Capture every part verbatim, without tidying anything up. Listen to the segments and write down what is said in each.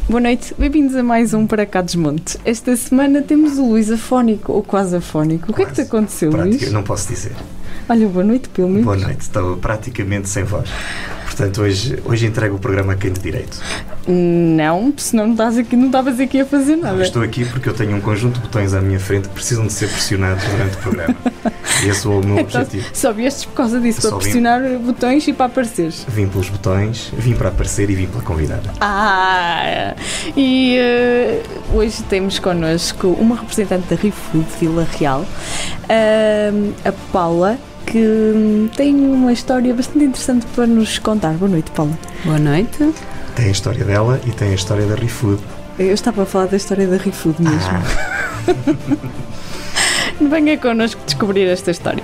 Boa noite, bem-vindos a mais um Para Cá dos Montes. Esta semana temos o Luís afónico, ou quase afónico. O que é que te aconteceu, Prática, Luís? Não posso dizer. Olha, boa noite, pelo menos. Boa noite, estava praticamente sem voz. Portanto, hoje, hoje entrego o programa a quem de direito. Não, senão não estás aqui, não estavas aqui a fazer nada. Não, estou aqui porque eu tenho um conjunto de botões à minha frente que precisam de ser pressionados durante o programa. E esse é o meu então, objetivo. Só viestes por causa disso, Só para vim- pressionar botões e para apareceres. Vim pelos botões, vim para aparecer e vim pela convidada. Ah, e eh, hoje temos connosco uma representante da ReFood Vila Real, ah, a Paula, que hum, tem uma história bastante interessante para nos contar. Boa noite, Paula. Boa noite. Tem a história dela e tem a história da ReFood. Eu estava a falar da história da ReFood mesmo. Ah, Venha connosco descobrir esta história.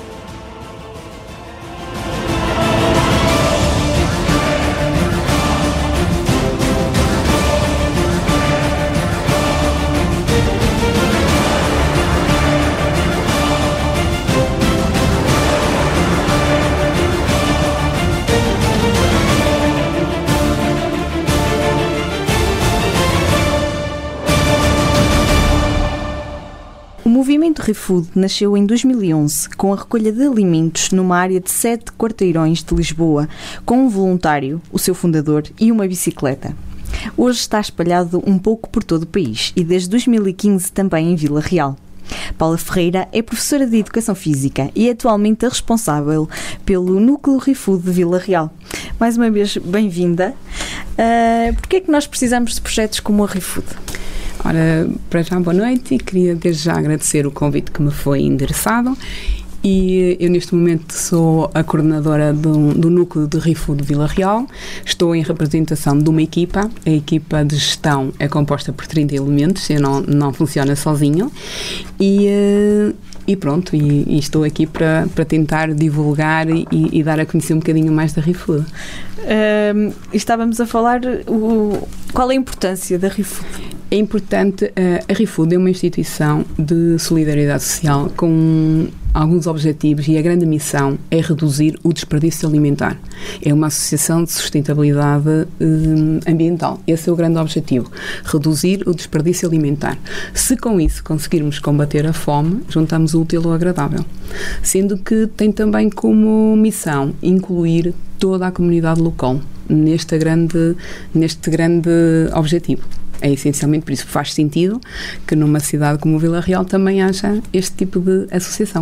O movimento ReFood nasceu em dois mil e onze com a recolha de alimentos numa área de sete quarteirões de Lisboa, com um voluntário, o seu fundador, e uma bicicleta. Hoje está espalhado um pouco por todo o país e desde dois mil e quinze também em Vila Real. Paula Ferreira é professora de Educação Física e é atualmente a responsável pelo Núcleo ReFood de Vila Real. Mais uma vez, bem-vinda. Uh, Porquê é que nós precisamos de projetos como a ReFood? Ora, para já boa noite e queria desde já agradecer o convite que me foi endereçado e eu neste momento sou a coordenadora do, do núcleo de ReFood de Vila Real. Estou em representação de uma equipa, a equipa de gestão é composta por trinta elementos, eu não, não funciona sozinho e, e pronto, e, e estou aqui para, para tentar divulgar e, e dar a conhecer um bocadinho mais da ReFood. Uh, estávamos a falar o, qual é a importância da ReFood? É importante, uh, a ReFood é uma instituição de solidariedade social com alguns objetivos e a grande missão é reduzir o desperdício alimentar. É uma associação de sustentabilidade uh, ambiental. Esse é o grande objetivo, reduzir o desperdício alimentar. Se com isso conseguirmos combater a fome, juntamos o útil ao agradável. Sendo que tem também como missão incluir toda a comunidade local neste grande, neste grande objetivo. É essencialmente por isso que faz sentido que numa cidade como Vila Real também haja este tipo de associação.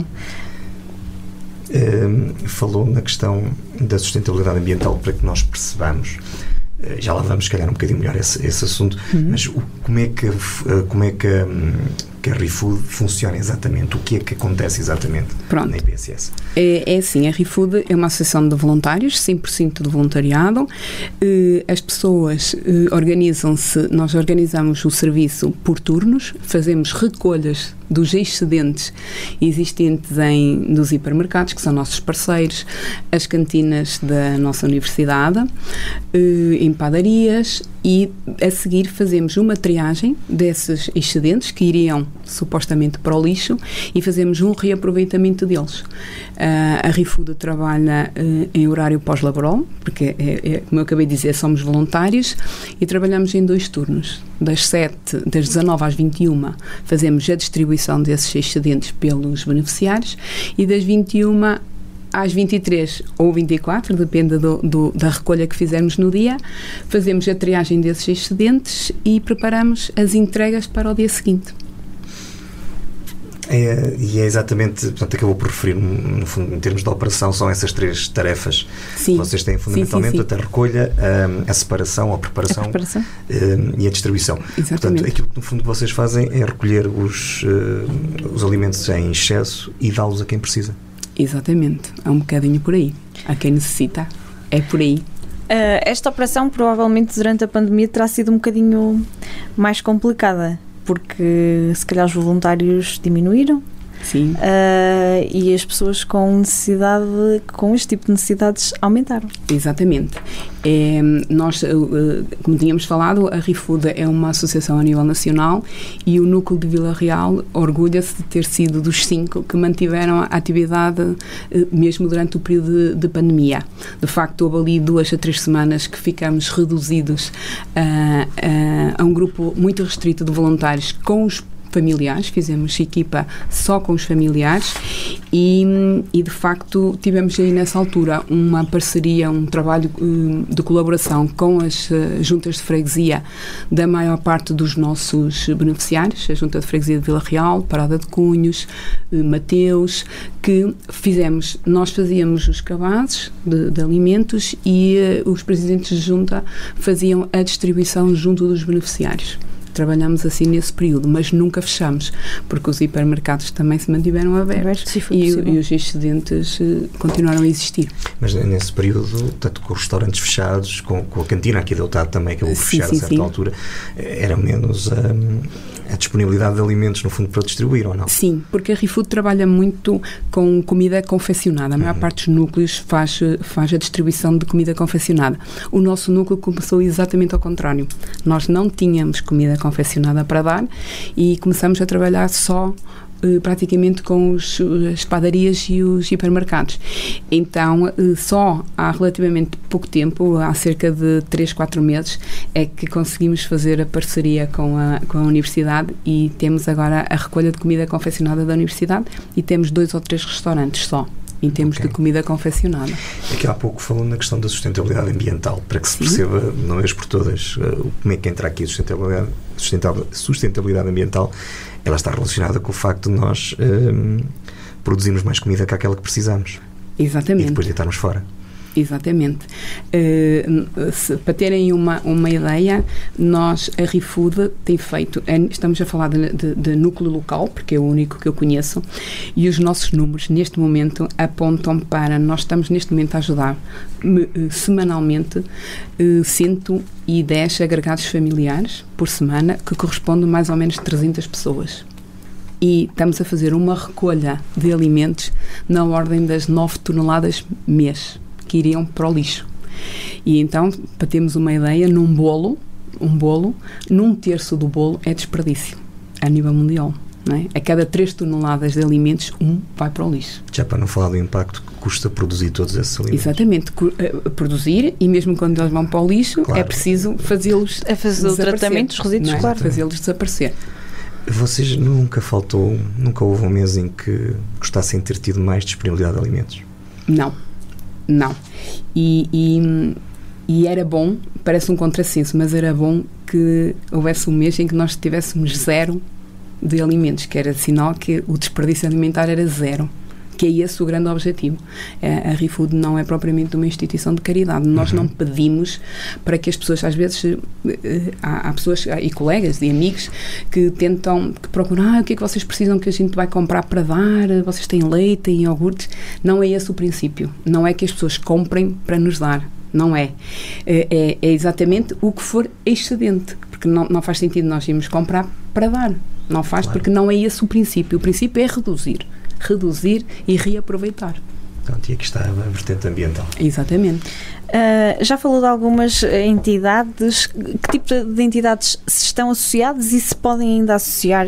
Um, falou na questão da sustentabilidade ambiental para que nós percebamos. Uh, já lá vamos, se calhar, um bocadinho melhor esse, esse assunto, uhum. Mas o, como é que, uh, como é que, um, que a ReFood funciona exatamente? O que é que acontece exatamente Pronto. na I P S S? É, é assim, a ReFood é uma associação de voluntários, cem por cento de voluntariado. Uh, as pessoas uh, organizam-se, nós organizamos o serviço por turnos, fazemos recolhas dos excedentes existentes em, dos hipermercados, que são nossos parceiros, as cantinas da nossa universidade, eh, em padarias, e a seguir fazemos uma triagem desses excedentes que iriam supostamente para o lixo e fazemos um reaproveitamento deles. Uh, a ReFood trabalha uh, em horário pós-laboral, porque, é, é, como eu acabei de dizer, somos voluntários e trabalhamos em dois turnos. Das sete, das dezanove às vinte e uma, fazemos a distribuição desses excedentes pelos beneficiários e das vinte e uma às vinte e três ou vinte e quatro, depende do, do, da recolha que fizermos no dia, fazemos a triagem desses excedentes e preparamos as entregas para o dia seguinte. É, e é exatamente, portanto, acabou por referir, no fundo, em termos de operação, são essas três tarefas sim. que vocês têm fundamentalmente: sim, sim, sim. a recolha, a, a separação, a preparação, a preparação. Um, e a distribuição. Exatamente. Portanto, aquilo que no fundo vocês fazem é recolher os, uh, os alimentos em excesso e dá-los a quem precisa. Exatamente, é um bocadinho por aí. A quem necessita, é por aí. Uh, esta operação provavelmente durante a pandemia terá sido um bocadinho mais complicada, porque se calhar os voluntários diminuíram. Sim. Uh, e as pessoas com necessidade, com este tipo de necessidades aumentaram. Exatamente. É, nós, como tínhamos falado, a ReFood é uma associação a nível nacional e o núcleo de Vila Real orgulha-se de ter sido dos cinco que mantiveram a atividade mesmo durante o período de, de pandemia. De facto, houve ali duas a três semanas que ficamos reduzidos a, a, a um grupo muito restrito de voluntários com os familiares, fizemos equipa só com os familiares e, e de facto tivemos aí nessa altura uma parceria, um trabalho uh, de colaboração com as uh, juntas de freguesia da maior parte dos nossos beneficiários, a Junta de Freguesia de Vila Real, Parada de Cunhos, uh, Mateus, que fizemos, nós fazíamos os cabazes de, de alimentos e uh, os presidentes de junta faziam a distribuição junto dos beneficiários. Trabalhamos assim nesse período, mas nunca fechamos, porque os hipermercados também se mantiveram abertos Sim, e, e os excedentes uh, continuaram a existir. Mas nesse período, tanto com os restaurantes fechados, com, com a cantina aqui de Deltado também, que eu vou Sim, fechar sim, a certa sim. altura, era menos um, a disponibilidade de alimentos, no fundo, para distribuir, ou não? Sim, porque a ReFood trabalha muito com comida confeccionada. A maior uhum. parte dos núcleos faz, faz a distribuição de comida confeccionada. O nosso núcleo começou exatamente ao contrário. Nós não tínhamos comida confeccionada para dar e começamos a trabalhar só eh, praticamente com os, as padarias e os hipermercados. Então, eh, só há relativamente pouco tempo, há cerca de três, quatro meses, é que conseguimos fazer a parceria com a, com a Universidade e temos agora a recolha de comida confeccionada da Universidade e temos dois ou três restaurantes só em termos okay. de comida confeccionada. Aqui há pouco falando na questão da sustentabilidade ambiental, para que se perceba, de uma vez por todas, uh, como é que entra aqui a sustentabilidade, sustentabilidade, sustentabilidade ambiental. Ela está relacionada com o facto de nós uh, produzirmos mais comida que aquela que precisamos. Exatamente. E depois deitarmos fora. Exatamente. Uh, se, para terem uma, uma ideia, nós, a ReFood, tem feito, estamos a falar de, de, de núcleo local, porque é o único que eu conheço, e os nossos números, neste momento, apontam para, nós estamos neste momento a ajudar, uh, semanalmente, uh, cento e dez agregados familiares por semana, que correspondem a mais ou menos trezentas pessoas. E estamos a fazer uma recolha de alimentos na ordem das nove toneladas mês, que iriam para o lixo. E então, para termos uma ideia, num bolo, um bolo, num terço do bolo é desperdício, a nível mundial. Não é? A cada três toneladas de alimentos, um vai para o lixo. Já para não falar do impacto que custa produzir todos esses alimentos. Exatamente, uh, produzir, e mesmo quando eles vão para o lixo, claro. É preciso fazê-los é fazer o tratamento dos resíduos, é? Claro. Fazê-los desaparecer. Vocês nunca faltou, nunca houve um mês em que gostassem de ter tido mais disponibilidade de alimentos? Não. Não. E, e, e era bom, parece um contrassenso, mas era bom que houvesse um mês em que nós tivéssemos zero de alimentos, que era sinal que o desperdício alimentar era zero, que é esse o grande objetivo. A, a ReFood não é propriamente uma instituição de caridade. Nós uhum. não pedimos para que as pessoas, às vezes, há, há pessoas e colegas e amigos que tentam, que procuram, ah, o que é que vocês precisam que a gente vai comprar para dar? Vocês têm leite, têm iogurtes? Não é esse o princípio. Não é que as pessoas comprem para nos dar. Não é. É, é exatamente o que for excedente, porque não, não faz sentido nós irmos comprar para dar. Não faz, claro. Porque não é esse o princípio. O princípio é reduzir. Reduzir e reaproveitar. Então, e aqui está a vertente ambiental. Exatamente. Uh, já falou de algumas entidades. Que tipo de entidades se estão associadas e se podem ainda associar uh,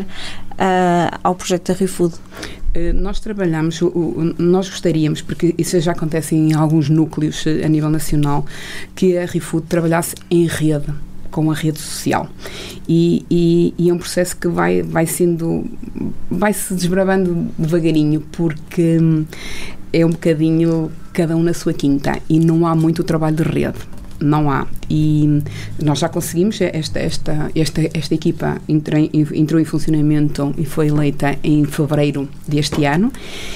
ao projeto da ReFood? Uh, nós trabalhamos, uh, uh, nós gostaríamos, porque isso já acontece em alguns núcleos uh, a nível nacional, que a ReFood trabalhasse em rede, com a rede social. E, e, e é um processo que vai, vai sendo, vai-se desbravando devagarinho, porque hum, é um bocadinho cada um na sua quinta e não há muito trabalho de rede. Não há. E nós já conseguimos, esta, esta, esta, esta equipa entrou em, entrou em funcionamento e foi eleita em fevereiro deste ano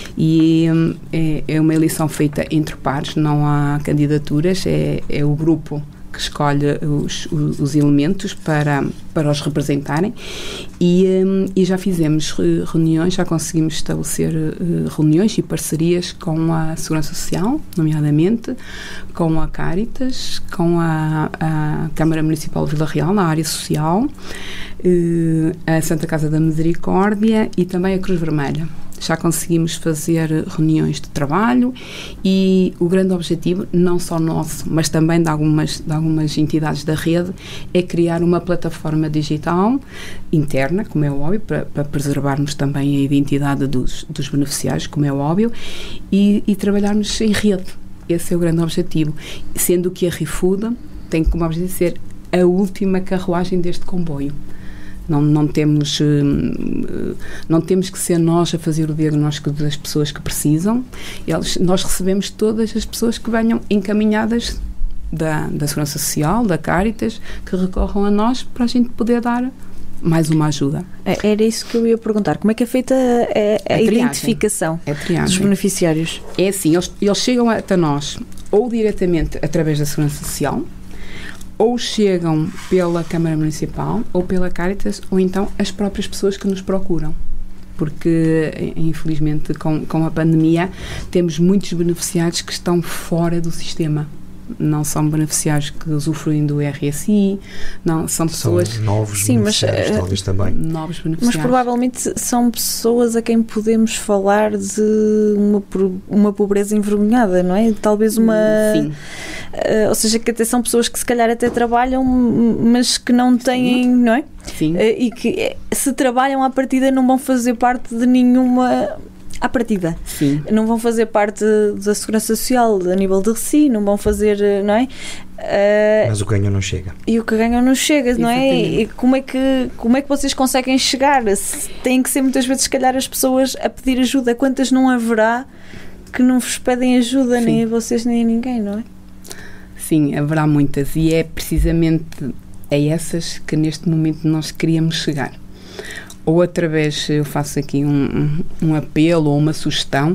e hum, é, é uma eleição feita entre pares, não há candidaturas, é, é o grupo que escolhe os, os, os elementos para, para os representarem e, um, e já fizemos reuniões, já conseguimos estabelecer uh, reuniões e parcerias com a Segurança Social, nomeadamente, com a Caritas, com a, a Câmara Municipal de Vila Real, na área social, uh, a Santa Casa da Misericórdia e também a Cruz Vermelha. já conseguimos fazer reuniões de trabalho e o grande objetivo, não só nosso, mas também de algumas, de algumas entidades da rede, é criar uma plataforma digital interna, como é óbvio, para, para preservarmos também a identidade dos, dos beneficiários, como é óbvio, e, e trabalharmos em rede. Esse é o grande objetivo, sendo que a ReFood tem como objetivo ser a última carruagem deste comboio. Não, não, temos, não temos que ser nós a fazer o diagnóstico das pessoas que precisam. Eles, nós recebemos todas as pessoas que venham encaminhadas da, da Segurança Social, da Cáritas, que recorram a nós para a gente poder dar mais uma ajuda. Era isso que eu ia perguntar. Como é que é feita a, a, a identificação é dos beneficiários? É assim, eles, eles chegam até nós ou diretamente através da Segurança Social, ou chegam pela Câmara Municipal, ou pela Cáritas, ou então as próprias pessoas que nos procuram. Porque, infelizmente, com, com a pandemia, temos muitos beneficiários que estão fora do sistema. Não são beneficiários que usufruem do R S I, não, são pessoas... São novos Sim, beneficiários, mas, talvez também. Novos beneficiários. Mas provavelmente são pessoas a quem podemos falar de uma, uma pobreza envergonhada, não é? Talvez uma... Sim. Uh, ou seja, que até são pessoas que se calhar até trabalham, mas que não têm, Sim. não é? Sim. Uh, e que se trabalham à partida não vão fazer parte de nenhuma... À partida. Sim. Não vão fazer parte da Segurança Social a nível de R S I, não vão fazer, não é? Uh, Mas o ganho não chega. E o que ganham não chega, não é? Exatamente. E como é, que, como é que vocês conseguem chegar? Se têm que ser muitas vezes, se calhar, as pessoas a pedir ajuda. Quantas não haverá que não vos pedem ajuda, Sim. nem a vocês, nem a ninguém, não é? Sim, haverá muitas. E é precisamente a essas que neste momento nós queríamos chegar. Ou através, eu faço aqui um, um apelo ou uma sugestão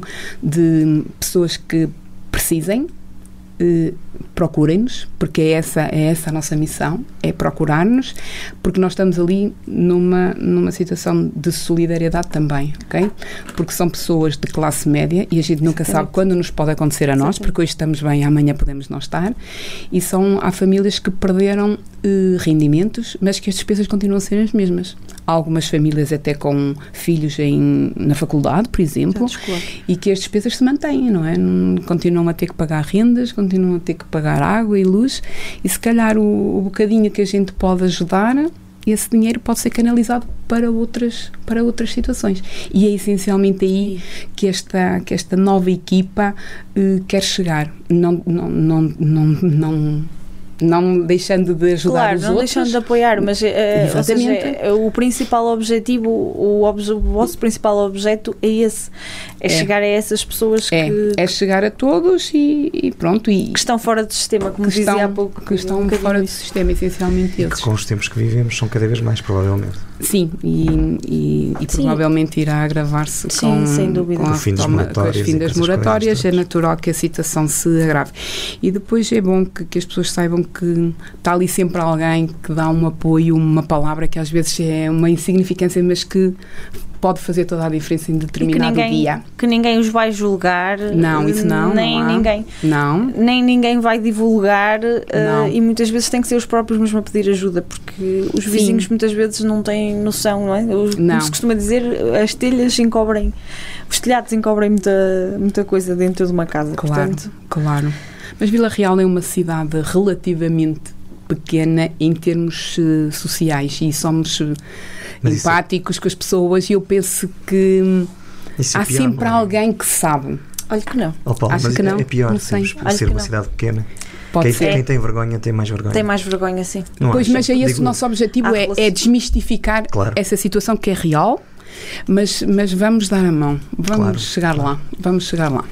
de pessoas que precisem, eh, procurem-nos, porque é essa, é essa a nossa missão, é procurar-nos, porque nós estamos ali numa, numa situação de solidariedade também, ok? Porque são pessoas de classe média e a gente nunca sabe quando nos pode acontecer a nós, porque hoje estamos bem, amanhã podemos não estar, e são, há famílias que perderam eh, rendimentos, mas que as despesas continuam a ser as mesmas. Há algumas famílias até com filhos em, na faculdade, por exemplo, e que as despesas se mantêm, não é? Continuam a ter que pagar rendas, continuam a ter que pagar água e luz, e se calhar o, o bocadinho que a gente pode ajudar, esse dinheiro pode ser canalizado para outras, para outras situações. E é essencialmente aí que esta, que esta nova equipa uh, quer chegar. Não, não, não, não, não não deixando de ajudar claro, os não outros. deixando de apoiar, mas é, ou seja, é, o principal objetivo, o, obje, o vosso principal objeto é esse, é, é chegar a essas pessoas é, que... É chegar a todos e, e pronto. E que estão fora do sistema, como dizia estão, há pouco. Que estão um fora do sistema, essencialmente e eles. que com os tempos que vivemos são cada vez mais, provavelmente. Sim, e, e, e provavelmente irá agravar-se com, sem dúvida. com, a com, fim toma, com as fim das moratórias. É natural que a situação se agrave. E depois é bom que, que as pessoas saibam que está ali sempre alguém que dá um apoio, uma palavra que às vezes é uma insignificância, mas que pode fazer toda a diferença em determinado que ninguém, dia. Que ninguém os vai julgar. Não, isso não. Nem não ninguém. Não. Nem ninguém vai divulgar uh, e muitas vezes tem que ser os próprios mesmo a pedir ajuda, porque os vizinhos Sim. muitas vezes não têm noção, não é? Os, não. Como se costuma dizer, as telhas encobrem, os telhados encobrem muita, muita coisa dentro de uma casa. Claro, portanto, claro. Mas Vila Real é uma cidade relativamente pequena em termos uh, sociais e somos uh, empáticos é... com as pessoas e eu penso que isso há é pior, sempre é? alguém que sabe. Olha que não. Oh, Paulo, Acho mas que não. É pior não ser, ser uma cidade pequena. Pode quem, ser. Quem tem vergonha tem mais vergonha. Tem mais vergonha, sim. Não pois, acho, mas é esse digo, o nosso objetivo, é, é desmistificar claro. essa situação que é real, mas, mas vamos dar a mão, vamos claro, chegar claro. lá, vamos chegar lá.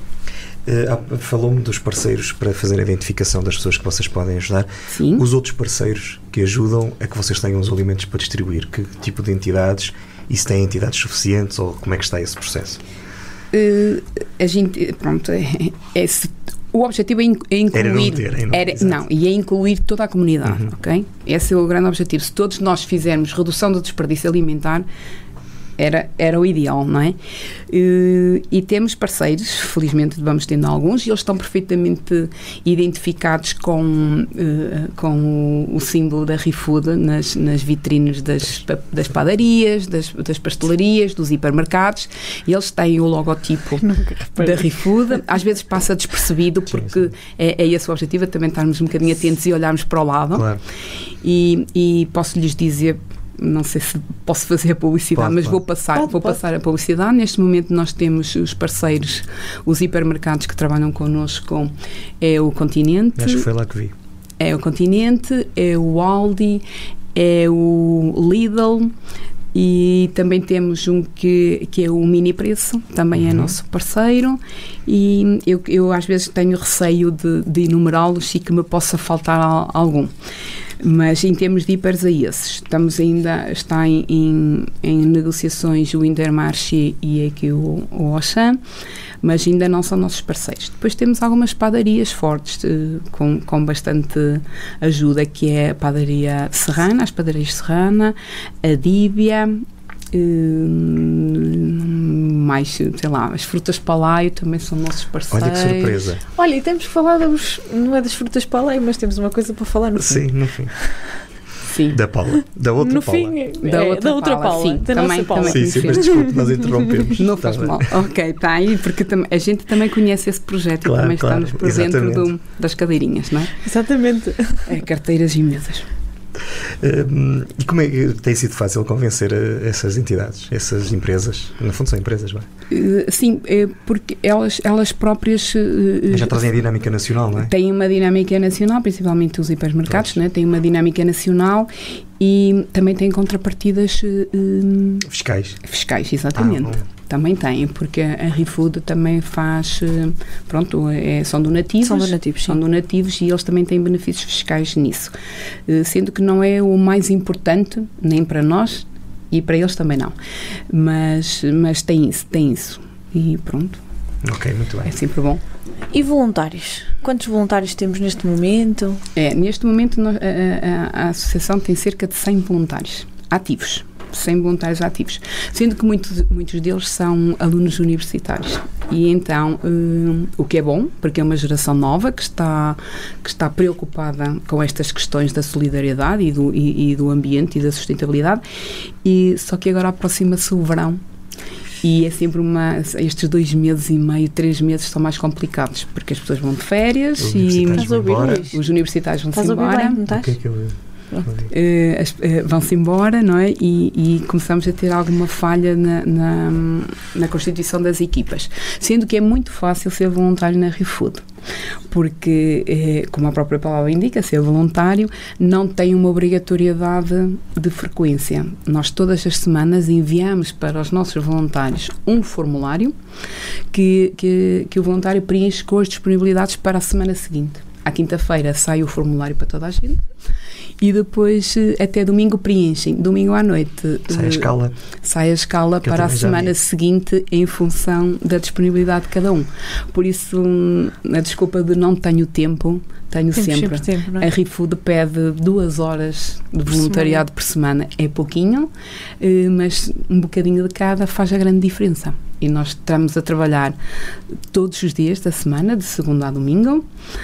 Uh, falou-me dos parceiros para fazer a identificação das pessoas que vocês podem ajudar. Sim. Os outros parceiros que ajudam a que vocês tenham os alimentos para distribuir, que tipo de entidades e se têm entidades suficientes ou como é que está esse processo? Uh, a gente, pronto, é, é, se, o objetivo é, in, é incluir. Era não ter, é não, era, não, e é incluir toda a comunidade, uhum. ok? Esse é o grande objetivo. Se todos nós fizermos redução do desperdício alimentar, Era, era o ideal, não é? E, e temos parceiros, felizmente vamos tendo alguns, e eles estão perfeitamente identificados com, com o, o símbolo da ReFood nas, nas vitrines das, das padarias, das, das pastelarias, dos hipermercados, e eles têm o logotipo da ReFood. Às vezes passa despercebido, porque sim, sim. É, é esse o objetivo, é também estarmos um bocadinho atentos e olharmos para o lado. Claro. E, e posso-lhes dizer, não sei se posso fazer a publicidade, pode, mas pode. vou passar pode, vou pode. passar a publicidade. Neste momento nós temos os parceiros, os hipermercados que trabalham connosco, é o Continente. Acho que foi lá que vi. É o Continente, é o Aldi, é o Lidl, e também temos um que, que é o Mini Preço, também uhum. é nosso parceiro, e eu, eu às vezes tenho receio de, de enumerá-los e que me possa faltar algum. Mas em termos de hiperes a esses, estamos ainda, está em, em, em negociações o Intermarché e aqui o, o Auchan, mas ainda não são nossos parceiros. Depois temos algumas padarias fortes, eh, com, com bastante ajuda, que é a padaria Serrana, as padarias Serrana, a Díbia, eh, mais, sei lá, as frutas Palaio também são nossos parceiros. Olha que surpresa. Olha, e temos que falar dos, não é das frutas Palaio, mas temos uma coisa para falar no fim. Sim, no fim. Sim. Da Paula, da outra no Paula. Fim, é, da outra, da outra Paula, Paula, sim. da também, nossa Paula. também sim, sim, mas desculpe, nós interrompemos. Não faz mal. Ok, está aí, porque tam- a gente também conhece esse projeto claro, e também claro, estamos por dentro do, das cadeirinhas, não é? Exatamente. É, carteiras e mesas. Um, e como é que tem sido fácil convencer a, essas entidades, essas empresas? No fundo são empresas, vai? Uh, sim, é porque elas, elas próprias... Uh, já trazem a dinâmica nacional, não é? Têm uma dinâmica nacional, principalmente os hipermercados, né? Têm uma dinâmica nacional e também têm contrapartidas... Uh, fiscais. Fiscais, exatamente. Ah, também têm, porque a ReFood também faz, pronto, é, são donativos, são donativos, são donativos e eles também têm benefícios fiscais nisso, sendo que não é o mais importante, nem para nós e para eles também não, mas, mas tem isso, tem isso e pronto. Ok, muito bem. É sempre bom. E voluntários? Quantos voluntários temos neste momento? É, neste momento nós, a, a, a associação tem cerca de cem voluntários ativos. cem voluntários ativos, sendo que muitos, muitos deles são alunos universitários. E então, um, o que é bom, porque é uma geração nova que está, que está preocupada com estas questões da solidariedade e do, e, e do ambiente e da sustentabilidade, e só que agora aproxima-se o verão. E é sempre uma... Estes dois meses e meio, três meses são mais complicados, porque as pessoas vão de férias e os universitários vão-se embora. Bem, não estás? O que é que eu... Uh, as, uh, vão-se embora, não é? E, e começamos a ter alguma falha na, na, na constituição das equipas, sendo que é muito fácil ser voluntário na ReFood, porque, eh, como a própria palavra indica, ser voluntário não tem uma obrigatoriedade de frequência. Nós todas as semanas enviamos para os nossos voluntários um formulário que, que, que o voluntário preenche com as disponibilidades para a semana seguinte. À quinta-feira sai o formulário para toda a gente e depois até domingo preenchem. Domingo à noite sai a escala, sai a escala para a semana seguinte em função da disponibilidade de cada um. Por isso, a desculpa de não tenho tempo, tenho Temos sempre. sempre tempo, não é? A ReFood pede duas horas de voluntariado por semana. É pouquinho, mas um bocadinho de cada faz a grande diferença. E nós estamos a trabalhar todos os dias da semana, de segunda a domingo,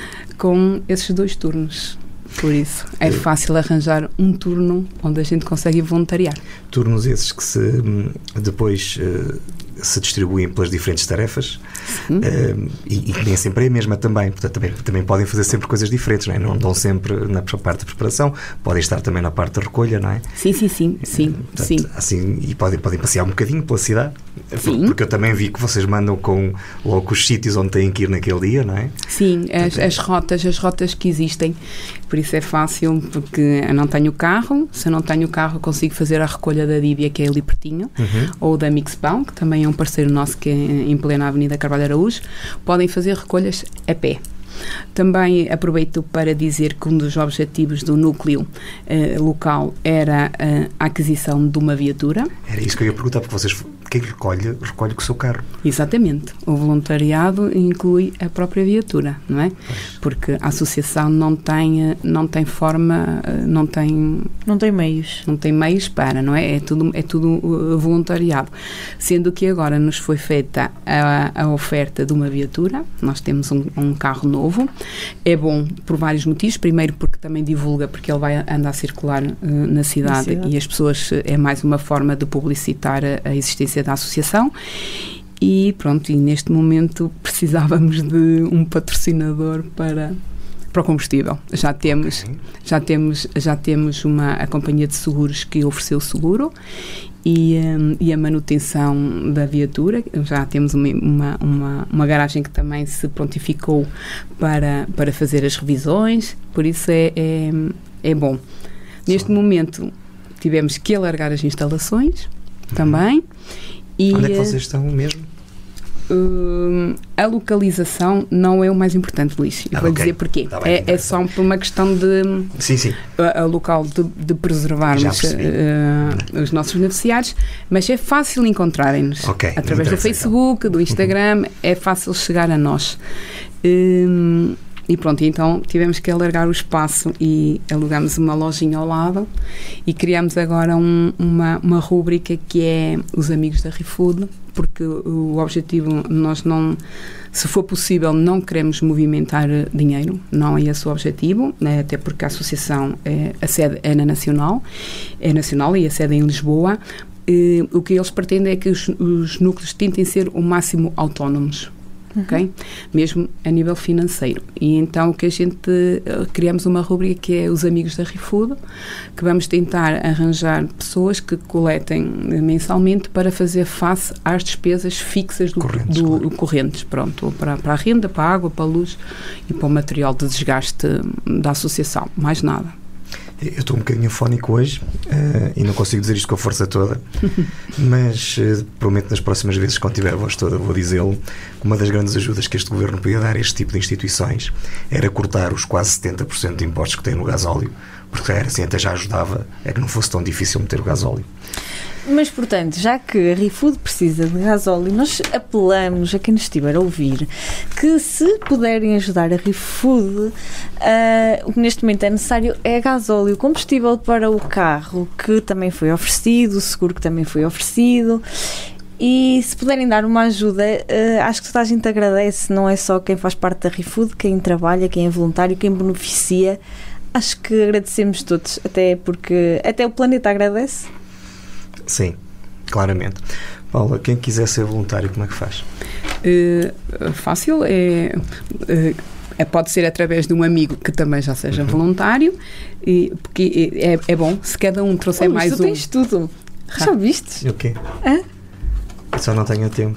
com esses dois turnos. Por isso, é fácil arranjar um turno onde a gente consegue voluntariar. Turnos esses que se depois uh, se distribuem pelas diferentes tarefas uh, e, e nem sempre é a mesma também. Portanto, também, também podem fazer sempre coisas diferentes, não é? Não dão sempre na parte da preparação, podem estar também na parte da recolha, não é? Sim, sim, sim. sim, Portanto, sim. Assim, e podem, podem passear um bocadinho pela cidade. Sim. Porque eu também vi que vocês mandam com logo os sítios onde têm que ir naquele dia, não é? Sim, as, as rotas, as rotas que existem. Por isso é fácil, porque eu não tenho carro. Se eu não tenho carro, consigo fazer a recolha da Díbia, que é ali pertinho, uhum. ou da Mixpão, que também é um parceiro nosso, que é em plena Avenida Carvalho Araújo. Podem fazer recolhas a pé. Também aproveito para dizer que um dos objetivos do núcleo uh, local era uh, a aquisição de uma viatura. Era isso que eu ia perguntar, porque vocês quem recolhe, recolhe com o seu carro. Exatamente. O voluntariado inclui a própria viatura, não é? Pois. Porque a associação não tem, não tem forma, não tem... Não tem meios. Não tem meios para, não é? É tudo, é tudo uh, voluntariado. Sendo que agora nos foi feita a, a oferta de uma viatura, nós temos um, um carro novo. É bom por vários motivos. Primeiro porque também divulga, porque ele vai andar a circular uh, na, cidade, na cidade e as pessoas, é mais uma forma de publicitar a, a existência da associação. E pronto, e neste momento precisávamos de um patrocinador para, para o combustível. Já temos, okay. já temos, já temos uma, a companhia de seguros que ofereceu o seguro e, um, e a manutenção da viatura. Já temos uma, uma, uma, uma garagem que também se prontificou para, para fazer as revisões, por isso é, é, é bom. Neste Sim. momento tivemos que alargar as instalações também. E, onde é que vocês estão mesmo? Uh, a localização não é o mais importante, Luís. Eu ah, vou okay. dizer porquê. Tá bem, é, é só por uma questão de sim, sim. A, a local de, de preservarmos uh, os nossos beneficiários, mas é fácil encontrarem-nos okay, através do Facebook, então. do Instagram, é fácil chegar a nós. Uh, E pronto, então tivemos que alargar o espaço e alugamos uma lojinha ao lado e criamos agora um, uma, uma rúbrica que é os amigos da ReFood, porque o objetivo, nós não, se for possível, não queremos movimentar dinheiro, não é esse o objetivo, né, até porque a associação, é, a sede é na Nacional, é nacional e a sede é em Lisboa. E, o que eles pretendem é que os, os núcleos tentem ser o máximo autónomos. Uhum. Okay? Mesmo a nível financeiro. E então o que a gente uh, criamos uma rubrica que é os amigos da ReFood, que vamos tentar arranjar pessoas que coletem mensalmente para fazer face às despesas fixas do, correntes, do, claro. correntes, pronto, para, para a renda, para a água, para a luz e para o material de desgaste da associação, mais nada. Eu estou um bocadinho afónico hoje uh, e não consigo dizer isto com a força toda, mas uh, prometo nas próximas vezes, quando tiver a voz toda, vou dizê-lo. Uma das grandes ajudas que este governo podia dar a este tipo de instituições era cortar os quase setenta por cento de impostos que tem no gasóleo, porque era assim, até já ajudava a que não fosse tão difícil meter o gasóleo. Mas, portanto, já que a ReFood precisa de gasóleo, nós apelamos a quem nos estiver a ouvir que, se puderem ajudar a ReFood, uh, o que neste momento é necessário é gasóleo, combustível para o carro, que também foi oferecido, o seguro que também foi oferecido. E se puderem dar uma ajuda, uh, acho que toda a gente agradece, não é só quem faz parte da ReFood, quem trabalha, quem é voluntário, quem beneficia. Acho que agradecemos todos, até porque até o planeta agradece. Sim, claramente. Paula, quem quiser ser voluntário, como é que faz? Uh, fácil, é, é, pode ser através de um amigo que também já seja uhum. voluntário, e, porque é, é bom, se cada um trouxer oh, mais tu um... tens tudo, ah. já viste? O quê? Hã? Só não tenho tempo.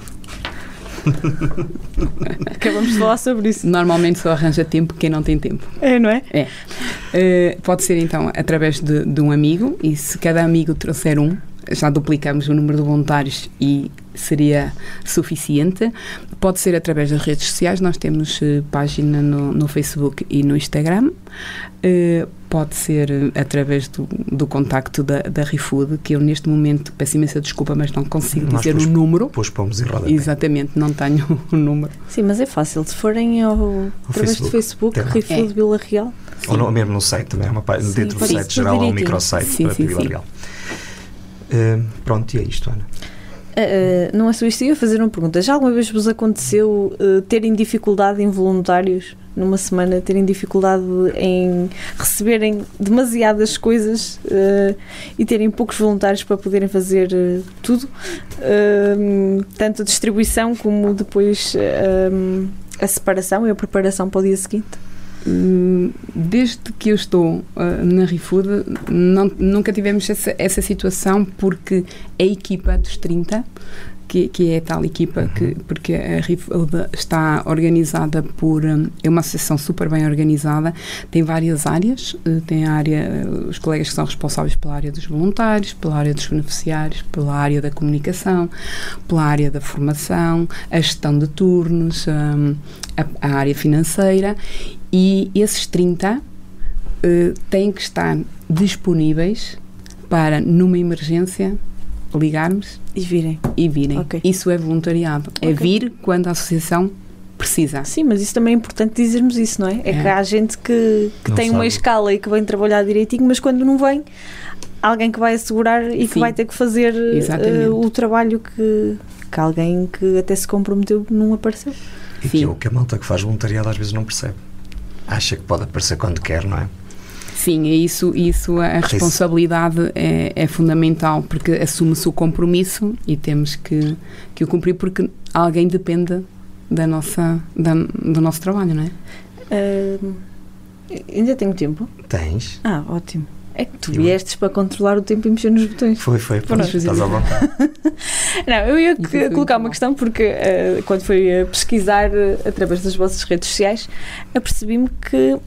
Acabamos de falar sobre isso. Normalmente só arranja tempo quem não tem tempo. É, não é? É. Uh, pode ser então através de, de um amigo, e se cada amigo trouxer um, já duplicamos o número de voluntários e seria suficiente. Pode ser através das redes sociais, nós temos uh, página no, no Facebook e no Instagram. Uh, pode ser através do, do contacto da, da ReFood, que eu neste momento, peço imensa desculpa, mas não consigo nós dizer o número. Depois pomos em rodapé. Exatamente, não tenho o número. Sim, mas é fácil, se forem ao, ao através do Facebook, ReFood é. Vila Real. Sim. Ou no, mesmo no site também, é uma página sim, dentro do site geral, há um microsite sim, para sim, Vila sim. Real. Uh, pronto, e é isto, Ana. Uh, não é só isto, eu ia fazer uma pergunta. Já alguma vez vos aconteceu uh, terem dificuldade em voluntários numa semana, terem dificuldade em receberem demasiadas coisas uh, e terem poucos voluntários para poderem fazer uh, tudo, uh, tanto a distribuição como depois uh, a separação e a preparação para o dia seguinte? Desde que eu estou uh, na ReFood, não, nunca tivemos essa, essa situação, porque a equipa dos trinta, que, que é a tal equipa, uhum. que, porque a ReFood está organizada por, um, é uma associação super bem organizada, tem várias áreas, uh, tem a área, uh, os colegas que são responsáveis pela área dos voluntários, pela área dos beneficiários, pela área da comunicação, pela área da formação, a gestão de turnos, um, a, a área financeira. E esses trinta uh, têm que estar disponíveis para, numa emergência, ligarmos e virem. E virem. Okay. Isso é voluntariado. Okay. É vir quando a associação precisa. Sim, mas isso também é importante dizermos isso, não é? É, é. que há gente que, que tem sabe. uma escala e que vem trabalhar direitinho, mas quando não vem, alguém que vai assegurar e Sim. que vai ter que fazer uh, o trabalho que, que alguém que até se comprometeu não apareceu. E que é o que a malta que faz voluntariado às vezes não percebe. Acha que pode aparecer quando quer, não é? Sim, é isso, isso a responsabilidade é, é fundamental, porque assume-se o compromisso e temos que, que o cumprir, porque alguém depende da nossa, da, do nosso trabalho, não é? Uh, ainda tenho tempo? Tens. Ah, ótimo. É que tu viestes para controlar o tempo e mexer nos botões. Foi, foi. Pronto, estás à vontade. Não, eu ia que, colocar uma questão porque uh, quando fui a pesquisar uh, através das vossas redes sociais, apercebi-me que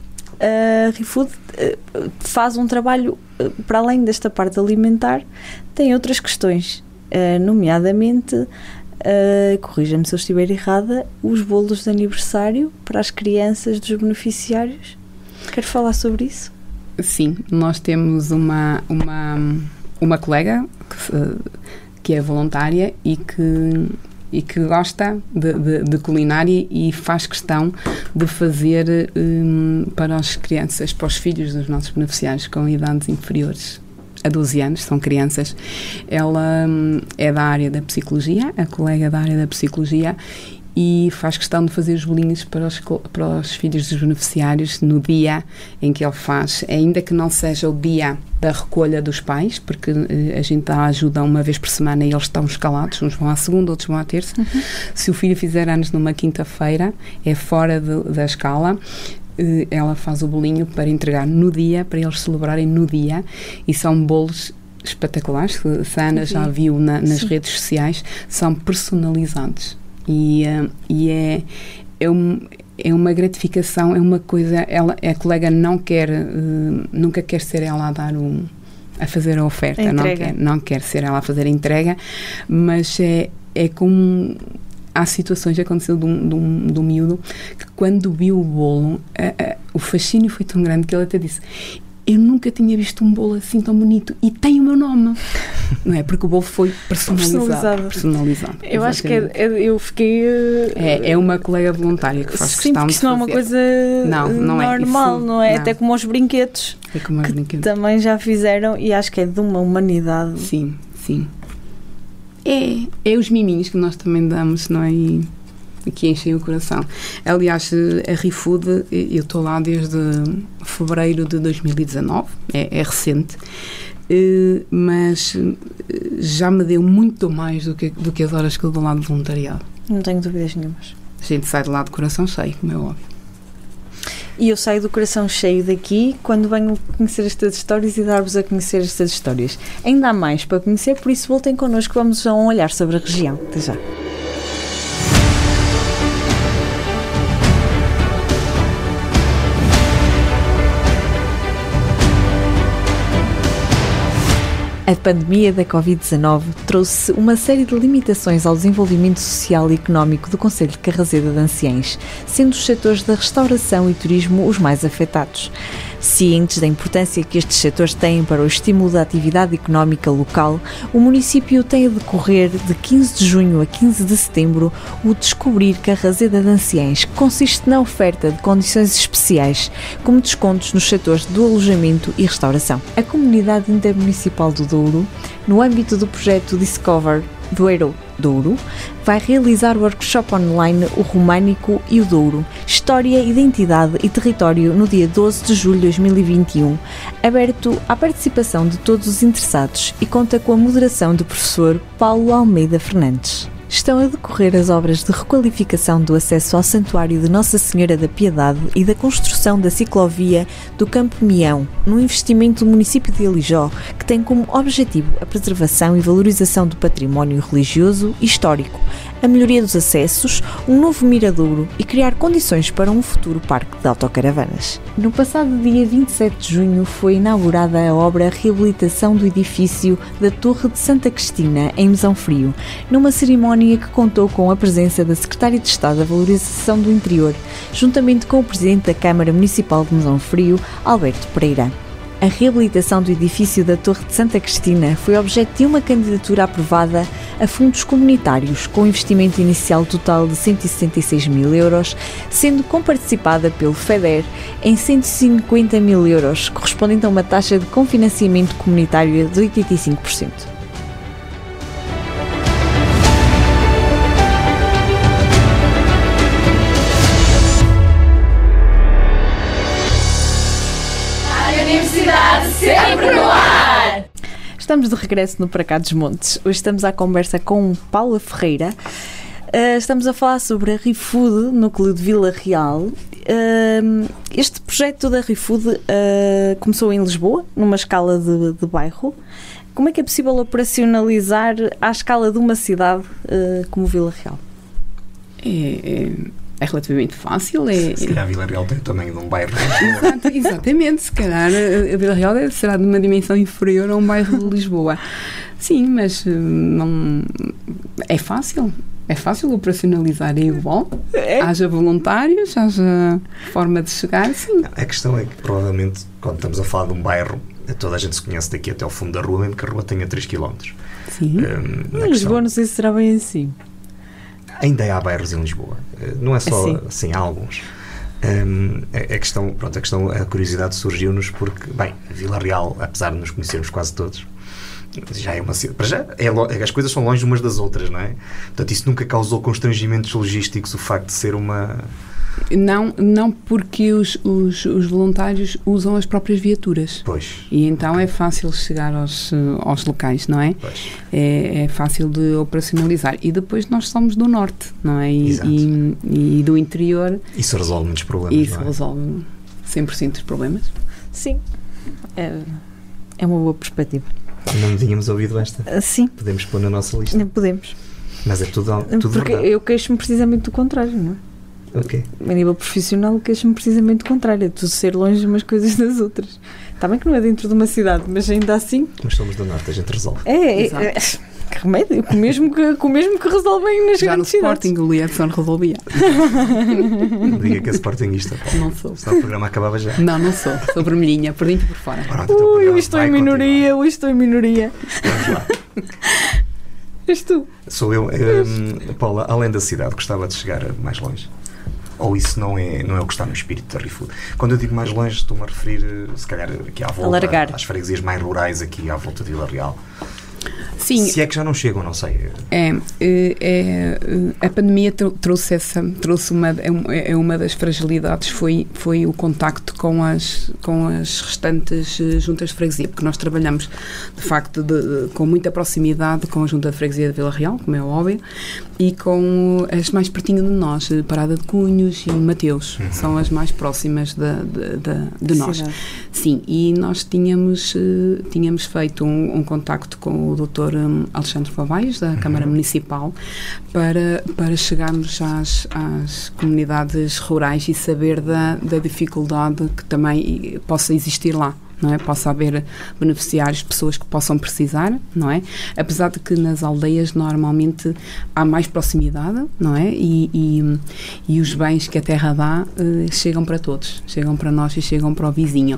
a ReFood uh, faz um trabalho uh, para além desta parte alimentar, tem outras questões, uh, nomeadamente, uh, corrija-me se eu estiver errada, os bolos de aniversário para as crianças dos beneficiários. Quero falar sobre isso? Sim, nós temos uma, uma, uma colega que, que é voluntária e que, e que gosta de, de, de culinária e faz questão de fazer um, para as crianças, para os filhos dos nossos beneficiários com idades inferiores a doze anos, são crianças. Ela um, é da área da psicologia, a colega da área da psicologia, e faz questão de fazer os bolinhos para os, para os filhos dos beneficiários no dia em que ele faz, ainda que não seja o dia da recolha dos pais, porque eh, a gente dá ajuda uma vez por semana e eles estão escalados, uns vão à segunda, outros vão à terça. Uhum. Se o filho fizer anos numa quinta-feira, é fora de, da escala, eh, ela faz o bolinho para entregar no dia, para eles celebrarem no dia, e são bolos espetaculares, se a Ana já viu na, nas Sim. redes sociais, são personalizados. E, uh, e é, é, um, é uma gratificação, é uma coisa, ela, a colega não quer, uh, nunca quer ser ela a dar um, a fazer a oferta, a não, quer, não quer ser ela a fazer a entrega, mas é, é como há situações que aconteceu de um, de, um, de um miúdo que quando viu o bolo, uh, uh, o fascínio foi tão grande que ele até disse: eu nunca tinha visto um bolo assim tão bonito e tem o meu nome, não é? Porque o bolo foi personalizado. personalizado. personalizado eu acho que é, é, eu fiquei... Uh, é, é uma colega voluntária que faz sim, questão de fazer. Sim, porque isso não é uma coisa não, não normal, é. Isso, não é? Não. Até como os brinquedos, é como os que brinquedos. Também já fizeram, e acho que é de uma humanidade. Sim, sim. É, é os miminhos que nós também damos, não é? E, que enchem o coração. Aliás, a ReFood, eu estou lá desde fevereiro de dois mil e dezanove, é, é recente, mas já me deu muito mais do que, do que as horas que eu dou lá de voluntariado. Não tenho dúvidas nenhumas. A gente sai de lá de coração cheio, como é óbvio. E eu saio do coração cheio daqui quando venho conhecer estas histórias e dar-vos a conhecer estas histórias. Ainda há mais para conhecer, por isso voltem connosco, vamos a um olhar sobre a região. Até já. A pandemia da covid dezanove trouxe uma série de limitações ao desenvolvimento social e económico do concelho de Carraseda de Anciães, sendo os setores da restauração e turismo os mais afetados. Cientes da importância que estes setores têm para o estímulo da atividade económica local, o município tem a decorrer de quinze de junho a quinze de setembro o Descobrir Carraseda de Anciães, que consiste na oferta de condições especiais, como descontos nos setores do alojamento e restauração. A comunidade intermunicipal do Douro, no âmbito do projeto Discover Douro Douro, vai realizar o workshop online O Românico e o Douro, História, Identidade e Território, no dia doze de julho de dois mil e vinte e um, aberto à participação de todos os interessados e conta com a moderação do professor Paulo Almeida Fernandes. Estão a decorrer as obras de requalificação do acesso ao Santuário de Nossa Senhora da Piedade e da construção da ciclovia do Campo Mião, num investimento do município de Alijó, que tem como objetivo a preservação e valorização do património religioso e histórico, a melhoria dos acessos, um novo miradouro e criar condições para um futuro parque de autocaravanas. No passado dia vinte e sete de junho foi inaugurada a obra Reabilitação do Edifício da Torre de Santa Cristina, em Mesão Frio, numa cerimónia que contou com a presença da Secretária de Estado da Valorização do Interior, juntamente com o Presidente da Câmara Municipal de Mesão Frio, Alberto Pereira. A reabilitação do edifício da Torre de Santa Cristina foi objeto de uma candidatura aprovada a fundos comunitários, com investimento inicial total de cento e setenta e seis mil euros, sendo comparticipada pelo FEDER em cento e cinquenta mil euros, correspondente a uma taxa de cofinanciamento comunitário de oitenta e cinco por cento. Sempre no ar! Estamos de regresso no Para Cá dos Montes. Hoje estamos à conversa com Paula Ferreira. Uh, estamos a falar sobre a ReFood, núcleo de Vila Real. Uh, este projeto da ReFood uh, começou em Lisboa, numa escala de, de bairro. Como é que é possível operacionalizar à escala de uma cidade uh, como Vila Real? É... é... É relativamente fácil. É... Se calhar a Vila Real tem o tamanho de um bairro. Exato, exatamente, se calhar a Vila Real será de uma dimensão inferior a um bairro de Lisboa. Sim, mas não... é fácil. É fácil operacionalizar, é igual. É. Haja voluntários, haja forma de chegar, sim. A questão é que, provavelmente, quando estamos a falar de um bairro, toda a gente se conhece daqui até ao fundo da rua, mesmo que a rua tenha três quilómetros. Sim. Um, em Lisboa não sei se será bem assim. Ainda há bairros em Lisboa, não é só assim, assim há alguns. Um, a, a questão, pronto, a questão, a curiosidade surgiu-nos porque, bem, a Vila Real, apesar de nos conhecermos quase todos, já é uma cidade, para já, é, as coisas são longe umas das outras, não é? Portanto, isso nunca causou constrangimentos logísticos, o facto de ser uma... Não, não porque os, os, os voluntários usam as próprias viaturas. Pois. E então okay. é fácil chegar aos, aos locais, não é? Pois. É, é fácil de operacionalizar. E depois nós somos do norte, não é? E, Exato. e, e do interior. Isso resolve muitos problemas, Isso não é? resolve cem por cento dos problemas. Sim. É, é uma boa perspectiva. Não tínhamos ouvido esta? Sim. Podemos pôr na nossa lista? Podemos. Mas é tudo, tudo Porque verdade. eu queixo-me precisamente do contrário, não é? Okay. A nível profissional, queixo-me precisamente do contrário, é tudo ser longe umas coisas das outras. Está bem que não é dentro de uma cidade, mas ainda assim. Mas somos do norte, a gente resolve. É, é, é que remédio, com o mesmo que, com o mesmo que resolvem nas Já grandes no cidades. Sporting, o Edson resolvia. Não diga que é Sportingista. Não sou. Senão o programa acabava já. Não, não sou. Sou vermelhinha, por dentro e por fora. Pronto, Ui, eu estou em minoria, eu estou em minoria. Vamos lá. És tu. Sou eu. Um, Paula, além da cidade, gostava de chegar mais longe? Ou isso não é, não é o que está no espírito da ReFood? Quando eu digo mais longe, estou-me a referir, se calhar, aqui à volta, Alargar. às freguesias mais rurais aqui à volta de Vila Real. Sim. Se é que já não chegam, não sei. É, é, a pandemia trouxe essa, trouxe uma, é uma das fragilidades, foi, foi o contacto com as, com as restantes juntas de freguesia, porque nós trabalhamos, de facto, de, de, com muita proximidade com a junta de freguesia de Vila Real, como é óbvio, e com as mais pertinho de nós, Parada de Cunhos e Mateus, uhum. são as mais próximas de, de, de, de nós. Cidade. Sim, e nós tínhamos, tínhamos feito um, um contacto com o doutor Alexandre Favaios, da Câmara uhum. Municipal, para, para chegarmos às, às comunidades rurais e saber da, da dificuldade que também possa existir lá. Não é? Possa haver beneficiários, pessoas que possam precisar, não é? Apesar de que nas aldeias normalmente há mais proximidade, não é? E, e, e os bens que a terra dá eh, chegam para todos, chegam para nós e chegam para o vizinho.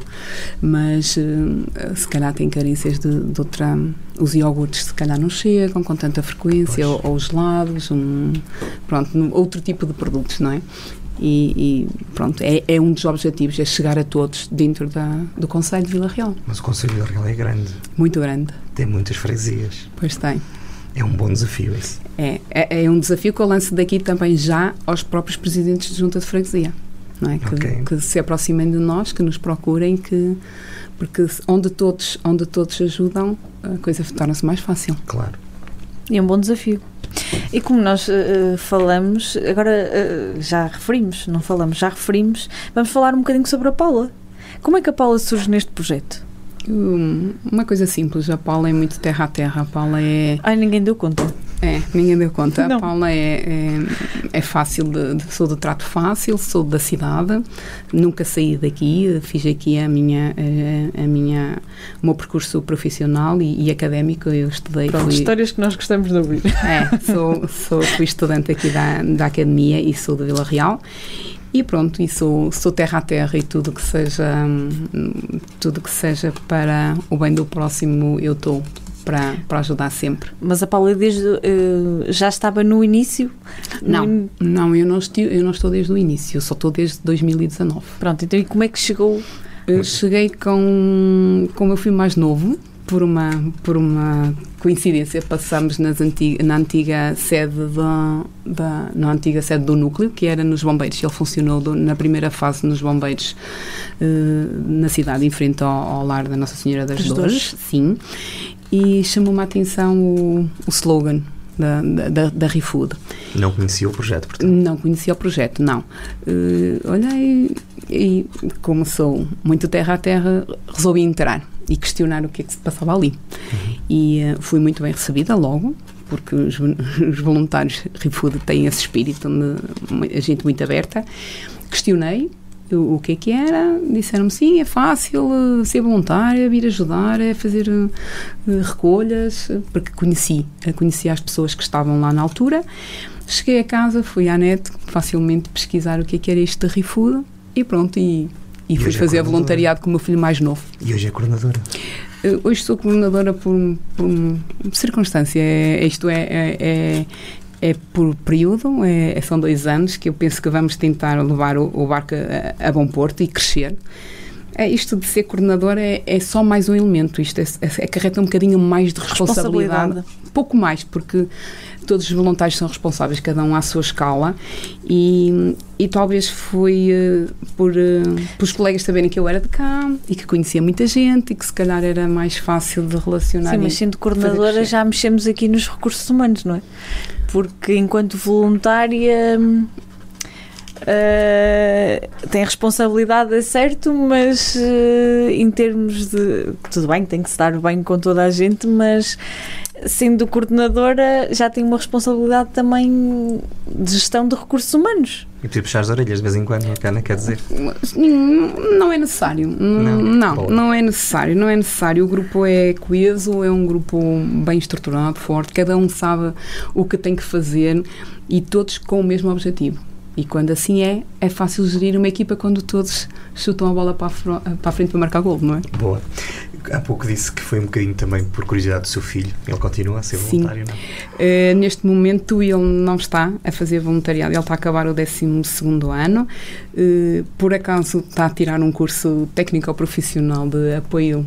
Mas eh, se calhar tem carências de, de outra... Os iogurtes se calhar não chegam com tanta frequência, ou, ou os gelados, um, pronto, outro tipo de produtos, não é? E, e pronto, é, é um dos objetivos, é chegar a todos dentro da, do Concelho de Vila Real. Mas o Concelho de Vila Real é grande. Muito grande. Tem muitas freguesias. Pois tem. É um bom desafio esse. É, é, é um desafio que eu lanço daqui também já aos próprios presidentes de junta de freguesia, não é? Que, okay. que se aproximem de nós, que nos procurem, que, porque onde todos, onde todos ajudam, a coisa torna-se mais fácil. Claro. E é um bom desafio. E como nós uh, falamos, agora uh, já referimos, não falamos, já referimos, vamos falar um bocadinho sobre a Paula. Como é que a Paula surge neste projeto? Um, uma coisa simples, a Paula é muito terra a terra, a Paula é... Ai, ninguém deu conta. É, ninguém deu conta. Não. A Paula é, é, é fácil, de, de, sou de trato fácil, sou da cidade, nunca saí daqui, fiz aqui a minha, a, a minha, o meu percurso profissional e, e académico, eu estudei... Pronto, fui, histórias que nós gostamos de ouvir. É, sou, sou, fui estudante aqui da, da academia e sou de Vila Real. E pronto, e sou, sou terra a terra e tudo que seja, tudo que seja para o bem do próximo eu estou para, para ajudar sempre. Mas a Paula desde, uh, já estava no início? Não, no... não eu, não estou, eu não estou desde o início, eu só estou desde dois mil e dezanove. Pronto, então e como é que chegou? Eu cheguei com, com o meu filho mais novo, por uma, por uma coincidência, passamos nas antiga, na antiga sede da, da, na antiga sede do núcleo, que era nos Bombeiros. Ele funcionou do, na primeira fase nos Bombeiros, uh, na cidade, em frente ao, ao lar da Nossa Senhora das Dores, sim, e chamou-me a atenção o, o slogan da, da, da ReFood. Não conhecia o projeto, portanto? Não conhecia o projeto, não. Uh, olhei e, como sou muito terra a terra, resolvi entrar e questionar o que é que se passava ali. Uhum. E uh, fui muito bem recebida logo, porque os, os voluntários ReFood têm esse espírito de a gente muito aberta. Questionei o, o que é que era, disseram-me sim, é fácil uh, ser voluntária, vir ajudar, é fazer uh, recolhas, porque conheci, uh, conheci as pessoas que estavam lá na altura. Cheguei a casa, fui à net, facilmente pesquisar o que é que era isto de ReFood e pronto, e E, e fui fazer é voluntariado com o meu filho mais novo. E hoje é coordenadora? Uh, hoje sou coordenadora por, por circunstância. É, isto é, é, é, é por período, é, são dois anos que eu penso que vamos tentar levar o, o barco a, a bom porto e crescer. É, isto de ser coordenadora é, é só mais um elemento. Isto é, é, acarreta um bocadinho mais de responsabilidade. responsabilidade. Pouco mais, porque todos os voluntários são responsáveis, cada um à sua escala, e, e talvez foi uh, por, uh, por os colegas saberem que eu era de cá e que conhecia muita gente e que se calhar era mais fácil de relacionar. Sim, mas sendo coordenadora já mexemos aqui nos recursos humanos, não é? Porque enquanto voluntária uh, tem responsabilidade, é certo, mas uh, em termos de... Tudo bem, tem que se dar bem com toda a gente, mas sendo coordenadora já tem uma responsabilidade também de gestão de recursos humanos. E podia puxar as orelhas de vez em quando, não quer dizer? Não é necessário. Não, não, não é necessário. Não é necessário. O grupo é coeso, é um grupo bem estruturado, forte, cada um sabe o que tem que fazer e todos com o mesmo objetivo. E quando assim é, é fácil gerir uma equipa quando todos chutam a bola para a, fro- para a frente para marcar golo, não é? Boa. Há pouco disse que foi um bocadinho também por curiosidade do seu filho. Ele continua a ser Sim. voluntário, não? Uh, neste momento ele não está a fazer voluntariado, ele está a acabar o décimo segundo ano. Uh, por acaso está a tirar um curso técnico-profissional de apoio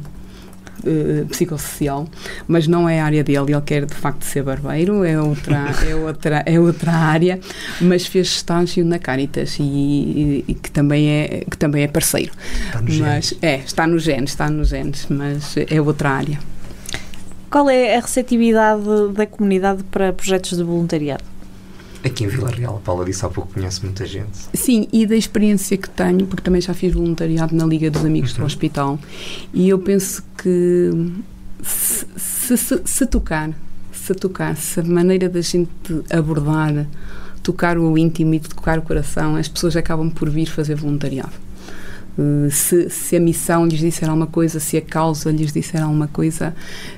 Uh, psicossocial, mas não é a área dele, ele quer de facto ser barbeiro, é outra, é outra, é outra área, mas fez estágio na Caritas e, e, e que, também é, que também é parceiro. Está no mas, genes. É, está nos genes, está nos genes, mas é outra área. Qual é a receptividade da comunidade para projetos de voluntariado? Aqui em Vila Real, a Paula disse há pouco, conhece muita gente. Sim, e da experiência que tenho, porque também já fiz voluntariado na Liga dos Amigos uhum. do Hospital, e eu penso que se, se, se, se tocar, se tocar, se a maneira da gente abordar, tocar o íntimo e tocar o coração, as pessoas acabam por vir fazer voluntariado. Uh, se, se a missão lhes disser alguma coisa, se a causa lhes disser alguma coisa,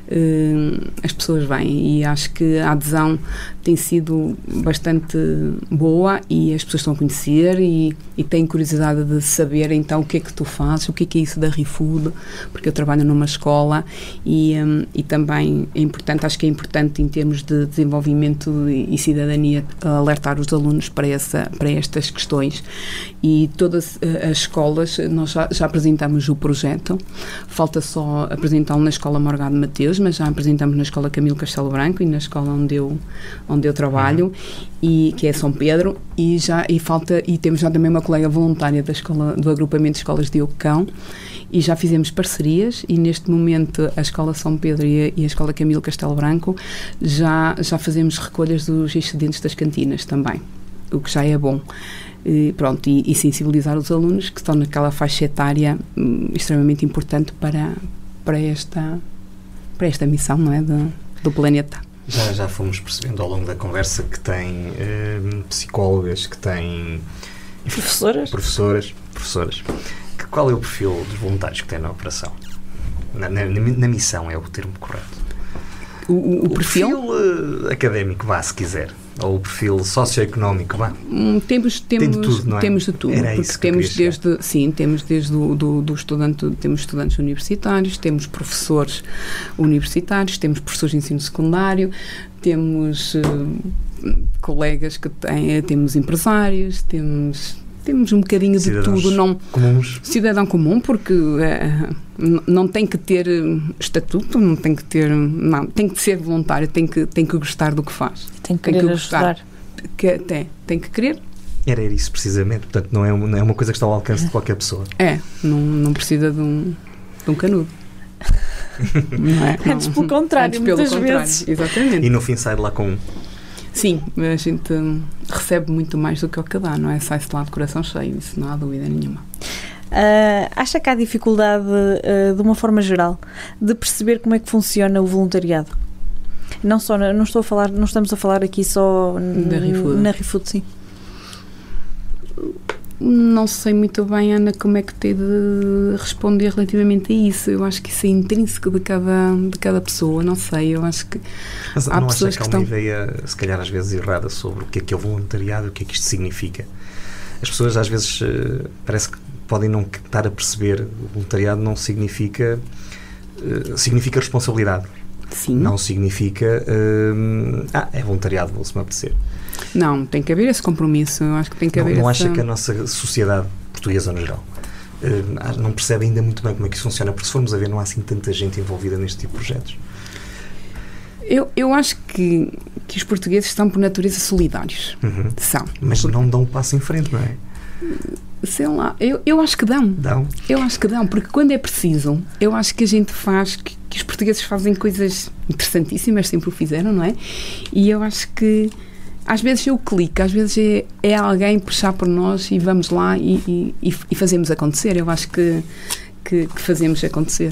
uh, as pessoas vêm, e acho que a adesão tem sido bastante boa e as pessoas estão a conhecer e, e têm curiosidade de saber então o que é que tu fazes, o que é que é isso da ReFood, porque eu trabalho numa escola e, um, e também é importante, acho que é importante em termos de desenvolvimento e, e cidadania alertar os alunos para, essa, para estas questões, e todas as escolas nós já, já apresentamos o projeto, falta só apresentá-lo na Escola Morgado Mateus, mas já apresentamos na Escola Camilo Castelo Branco e na escola onde eu, onde eu trabalho, e, que é São Pedro, e, já, e, falta, e temos já também uma colega voluntária da escola, do agrupamento de escolas de Ocão, e já fizemos parcerias, e neste momento a Escola São Pedro e a, e a Escola Camilo Castelo Branco já, já fazemos recolhas dos excedentes das cantinas também, o que já é bom. E, pronto, e, e sensibilizar os alunos que estão naquela faixa etária hum, extremamente importante para, para, esta, para esta missão, não é, do, do planeta. Já, já fomos percebendo ao longo da conversa que tem hum, psicólogas, que tem enfim, professoras, professoras, professoras. Que, qual é o perfil dos voluntários que tem na operação? Na, na, na missão é o termo correto. O, o, o, o perfil, perfil uh, académico, vá, se quiser. Ou o perfil socioeconómico? Bah. Hum, temos, temos, Tem de tudo, não é? Temos de tudo. Era porque isso que temos eu queria desde, sim, temos desde o do, do estudante, temos estudantes universitários, temos professores universitários, temos professores de ensino secundário, temos uh, colegas que têm, temos empresários, temos... Temos um bocadinho Cidadãos de tudo. Não, comuns. Cidadão comum, porque uh, não tem que ter estatuto, não tem que ter... Não, tem que ser voluntário, tem que, tem que gostar do que faz. Tem que querer tem que ajudar. gostar. Que, tem, tem que querer. Era isso, precisamente. Portanto, não é, uma, não é uma coisa que está ao alcance de qualquer pessoa. É, não, não precisa de um, de um canudo. Não é? Antes pelo contrário, Antes pelo muitas contrário, vezes. exatamente. E no fim sai de lá com um. Sim, a gente hum, recebe muito mais do que o que dá, não é? Sai-se de lá de coração cheio, isso não há dúvida nenhuma. Uh, acha que há dificuldade, uh, de uma forma geral, de perceber como é que funciona o voluntariado? Não só, não estou a falar, não estamos a falar aqui só Da ReFood. na ReFood, sim. Não sei muito bem, Ana, como é que tenho de responder relativamente a isso. Eu acho que isso é intrínseco de cada, de cada pessoa, não sei, eu acho que Mas há não pessoas acha que que há uma estão... ideia, se calhar às vezes errada, sobre o que é que é o voluntariado e o que é que isto significa? As pessoas às vezes uh, parece que podem não estar a perceber. O voluntariado não significa uh, significa responsabilidade. Sim. Não significa uh, ah, é voluntariado, vou-se me apetecer. Não, tem que haver esse compromisso, eu acho que tem que Não, haver não essa... acha que a nossa sociedade portuguesa no geral uh, não percebe ainda muito bem como é que isso funciona, porque se formos a ver não há assim tanta gente envolvida neste tipo de projetos. Eu, eu acho que, que os portugueses estão por natureza solidários. Uhum. São. Mas Porque, não dão um passo em frente, não é? sei lá, eu, eu acho que dão. Dão. Eu acho que dão, porque quando é preciso, eu acho que a gente faz, que, que os portugueses fazem coisas interessantíssimas, sempre o fizeram, não é? E eu acho que às vezes eu clico, às vezes é, é alguém puxar por nós e vamos lá e, e, e fazemos acontecer. Eu acho que, que, que fazemos acontecer.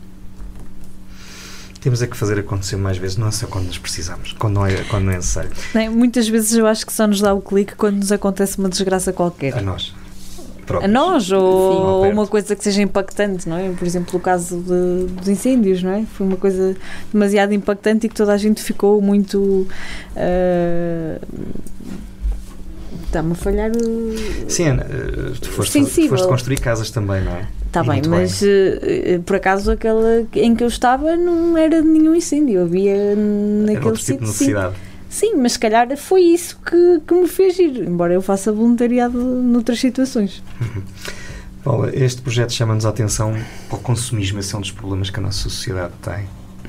Temos é que fazer acontecer mais vezes, não é só quando nos precisamos, quando não é, quando não é necessário. Não, muitas vezes eu acho que só nos dá o clique quando nos acontece uma desgraça qualquer. A nós. A Próprios. nós, ou, Sim, ou uma coisa que seja impactante, não é? Por exemplo, o caso de, dos incêndios, não é? Foi uma coisa demasiado impactante e que toda a gente ficou muito... Uh, está-me a falhar o... Sim, Ana, tu foste, Sensível. foste construir casas também, não é? Está E bem, muito mas uh, por acaso aquela em que eu estava não era nenhum incêndio, havia naquele Era outro tipo sítio, de necessidade. Sim, sim, mas se calhar foi isso que, que me fez ir, embora eu faça voluntariado noutras situações. Uhum. Paula, este projeto chama-nos a atenção para o consumismo. Esse é um dos problemas que a nossa sociedade tem.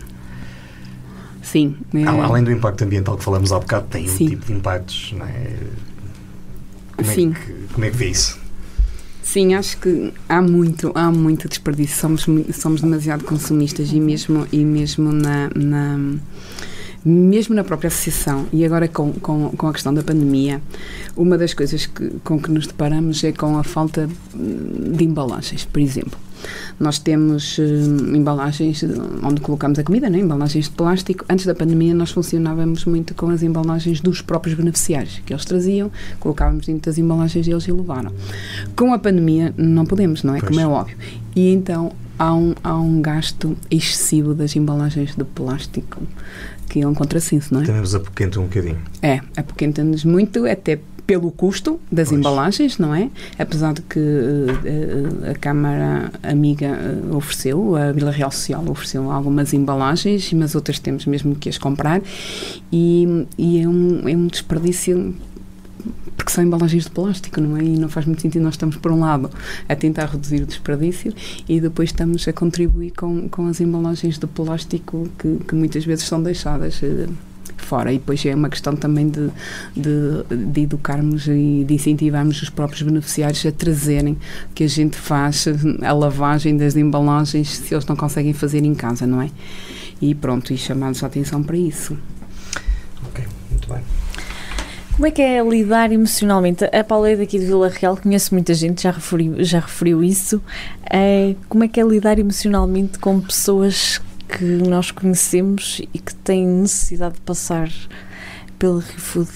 Sim. É... Além do impacto ambiental que falamos há bocado, tem Sim. um tipo de impactos, não é? Como é Sim. que, como é que vê isso? Sim, acho que há muito, há muito desperdício. Somos, somos demasiado consumistas e mesmo, e mesmo na, na mesmo na própria associação e agora com, com, com a questão da pandemia, uma das coisas que, com que nos deparamos é com a falta de embalagens, por exemplo. Nós temos uh, embalagens onde colocamos a comida, né? Embalagens de plástico. Antes da pandemia nós funcionávamos muito com as embalagens dos próprios beneficiários, que eles traziam, colocávamos dentro das embalagens deles e levaram. Com a pandemia não podemos, não é? Pois. Como é óbvio. E então há um, há um gasto excessivo das embalagens de plástico, que é um contrassenso, não é? Também vos apoquenta um bocadinho. É, apoquenta-nos muito, até pelo custo das Pois. embalagens, não é? Apesar de que uh, a Câmara Amiga uh, ofereceu, a Vila Real Social ofereceu algumas embalagens, mas outras temos mesmo que as comprar, e, e é, um, é um desperdício, porque são embalagens de plástico, não é? E não faz muito sentido. Nós estamos, por um lado, a tentar reduzir o desperdício e depois estamos a contribuir com, com as embalagens de plástico que, que muitas vezes são deixadas uh, fora. E depois é uma questão também de, de, de educarmos e de incentivarmos os próprios beneficiários a trazerem, que a gente faz a lavagem das embalagens se eles não conseguem fazer em casa, não é? E pronto, e chamar-nos a atenção para isso. Ok, muito bem. Como é que é lidar emocionalmente? A Paula é daqui de Vila Real, conheço muita gente, já referiu, já referiu isso. É, como é que é lidar emocionalmente com pessoas que nós conhecemos e que têm necessidade de passar pelo ReFood?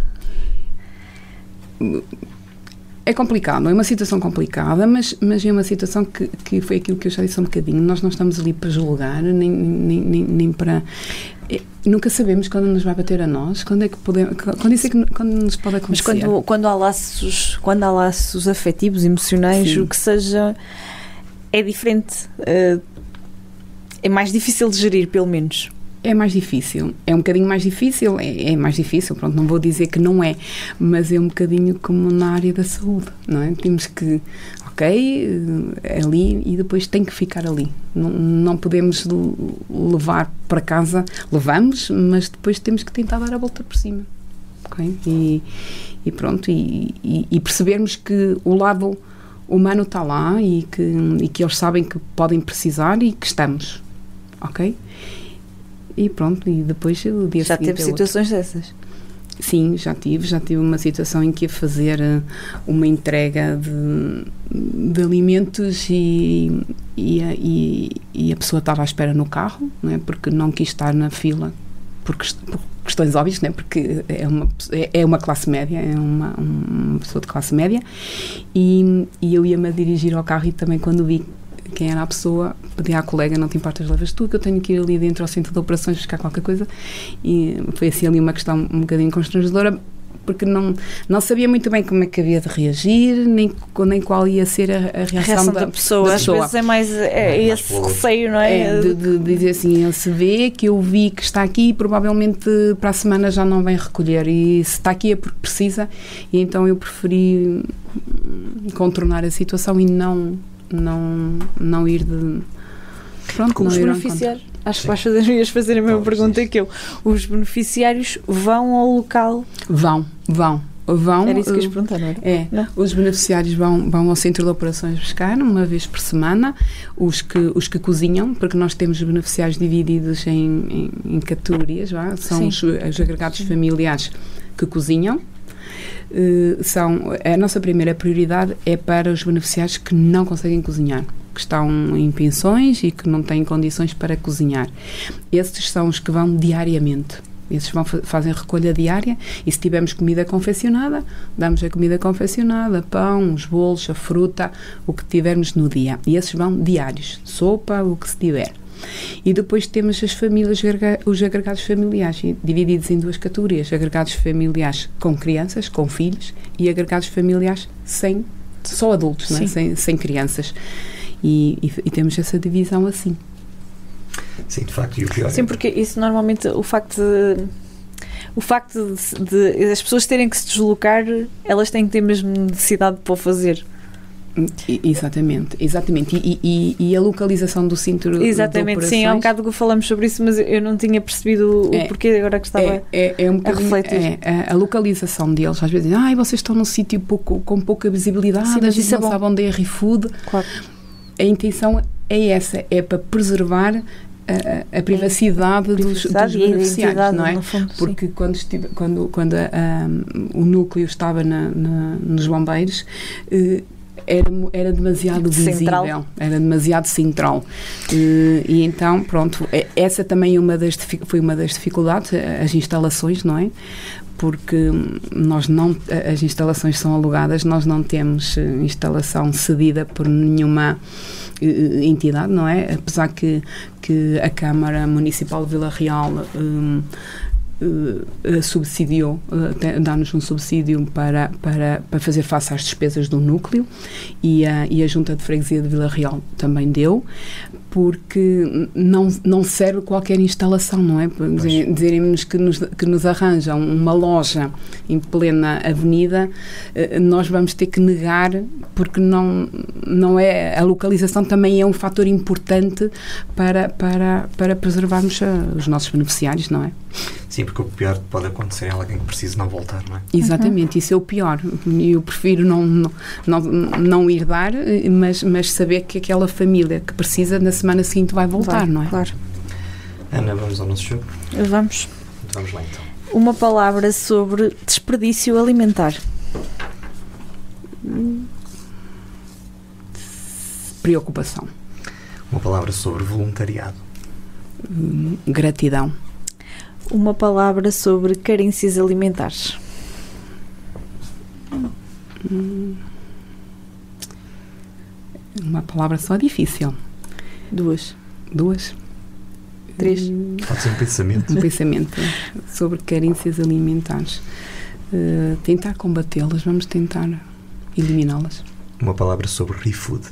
É complicado, é uma situação complicada, mas, mas é uma situação que, que foi aquilo que eu já disse há um bocadinho. Nós não estamos ali para julgar, nem, nem, nem, nem para... Nunca sabemos quando nos vai bater a nós, quando é que podemos, quando isso é que quando nos pode acontecer. Mas quando, quando há laços, quando há laços afetivos, emocionais, Sim. o que seja, é diferente. É mais difícil de gerir, pelo menos. É mais difícil, é um bocadinho mais difícil, é, é mais difícil, pronto, não vou dizer que não é, mas é um bocadinho como na área da saúde, não é? Temos que, ok, é ali e depois tem que ficar ali, não, não podemos levar para casa, levamos, mas depois temos que tentar dar a volta por cima, ok? E, e pronto, e, e, e percebermos que o lado humano está lá e que, e que eles sabem que podem precisar e que estamos, ok? E pronto, e depois o dia já seguinte teve é situações outro. dessas? Sim, já tive, já tive uma situação em que ia fazer uma entrega de, de alimentos e, e, e, e a pessoa estava à espera no carro, não é? Porque não quis estar na fila por, por questões óbvias, não é? Porque é uma, é uma classe média, é uma, uma pessoa de classe média, e, e eu ia-me a dirigir ao carro e também quando vi quem era a pessoa, pedi à colega, não te importas, levas tu, que eu tenho que ir ali dentro ao centro de operações buscar qualquer coisa, e foi assim ali uma questão um bocadinho constrangedora, porque não, não sabia muito bem como é que havia de reagir, nem, nem qual ia ser a, a, reação, a reação da, da pessoa. da Às pessoa. vezes é mais é, é esse receio, não é? é de, de, de dizer assim, ele se vê que eu vi que está aqui e provavelmente para a semana já não vem recolher, e se está aqui é porque precisa, e então eu preferi contornar a situação e não não, não ir de pronto, como não os ir beneficiários, acho que vais fazer, ias fazer a mesma não, pergunta sim. que eu, os beneficiários vão ao local? Vão, vão vão, era isso que ias perguntar, não era? É, não? Os beneficiários vão, vão ao centro de operações buscar uma vez por semana os que, os que cozinham, porque nós temos beneficiários divididos em, em, em categorias, vá? São os, os agregados sim. familiares que cozinham. Uh, são, a nossa primeira prioridade é para os beneficiários que não conseguem cozinhar, que estão em pensões e que não têm condições para cozinhar. Esses são os que vão diariamente. Esses vão, fazem recolha diária, e se tivermos comida confeccionada, damos a comida confeccionada, pão, os bolos, a fruta, o que tivermos no dia. E esses vão diários, sopa, o que se tiver. E depois temos as famílias, os agregados familiares, divididos em duas categorias: agregados familiares com crianças, com filhos, e agregados familiares sem, só adultos, não é? sem, sem crianças. E, e, e temos essa divisão assim. Sim, de facto, e o pior. Sim, porque isso normalmente, o facto de, o facto de, de as pessoas terem que se deslocar, elas têm que ter mesmo necessidade de o fazer. Exatamente, exatamente. E, e, e a localização do centro exatamente, de operações, sim, há um bocado que falamos sobre isso, mas eu não tinha percebido o é, porquê agora que estava é, é, é um a refletir. É, a localização deles, às vezes dizem, ah, vocês estão num sítio pouco, com pouca visibilidade, sim, a gente não é sabe onde é a ReFood. Claro. A intenção é essa, é para preservar a, a privacidade é, dos, dos beneficiários, não é? Fundo, porque quando, estive, quando, quando a, a, o núcleo estava na, na, nos bombeiros, eh, Era, era demasiado central. visível, era demasiado central. E, e então, pronto, essa também uma das, foi uma das dificuldades, as instalações, não é? Porque nós não, as instalações são alugadas, nós não temos instalação cedida por nenhuma entidade, não é? Apesar que, que a Câmara Municipal de Vila Real um, Uh, subsidiou, uh, dá-nos um subsídio para, para, para fazer face às despesas do núcleo, e a, e a Junta de Freguesia de Vila Real também deu, porque não, não serve qualquer instalação, não é? Dizerem-nos que nos, que nos arranjam uma loja em plena avenida, uh, nós vamos ter que negar, porque não, não é, a localização também é um fator importante para, para, para preservarmos a, os nossos beneficiários, não é? Sim, porque o pior que pode acontecer é alguém que precise não voltar, não é? Exatamente, uhum. Isso é o pior. Eu prefiro não, não, não, não ir dar, mas, mas saber que aquela família que precisa na semana seguinte vai voltar, vai, não é? Claro. Ana, vamos ao nosso jogo? Vamos. Vamos lá então. Uma palavra sobre desperdício alimentar. Preocupação. Uma palavra sobre voluntariado. Hum, gratidão. Uma palavra sobre carências alimentares. Uma palavra só difícil. Duas. Duas. Três. Pode ser um pensamento. Um pensamento sobre carências alimentares. Uh, tentar combatê-las, vamos tentar eliminá-las. Uma palavra sobre ReFood.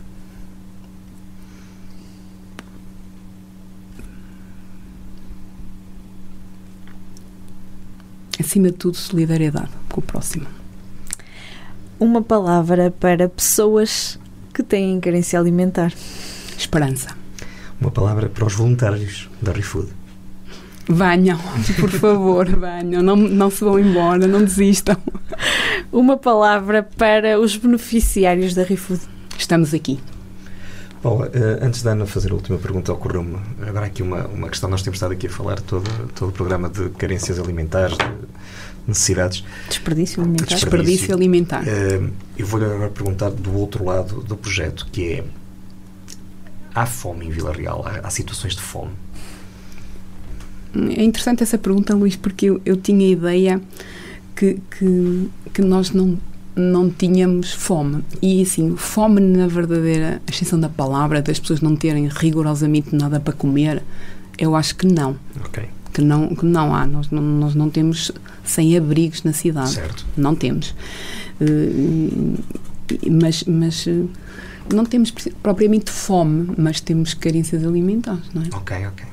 Acima de tudo, solidariedade com o próximo. Uma palavra para pessoas que têm carência alimentar. Esperança. Uma palavra para os voluntários da ReFood. Venham, por favor, venham. Não, não se vão embora, não desistam. Uma palavra para os beneficiários da ReFood. Estamos aqui. Paula, antes da Ana fazer a última pergunta, ocorreu-me agora aqui uma, uma questão. Nós temos estado aqui a falar todo, todo o programa de carências alimentares, de necessidades. Desperdício alimentar. Desperdício, Desperdício alimentar. Eu vou-lhe agora perguntar do outro lado do projeto, que é: há fome em Vila Real? Há, há situações de fome? É interessante essa pergunta, Luís, porque eu, eu tinha a ideia que, que, que nós não, não tínhamos fome. E, assim, fome na verdadeira extensão da palavra, das pessoas não terem rigorosamente nada para comer, eu acho que não. Ok. Que não, que não há. Nós não, nós não temos sem-abrigos na cidade. Certo. Não temos. Uh, mas... mas não temos propriamente fome, mas temos carências alimentares, não é? Ok, ok.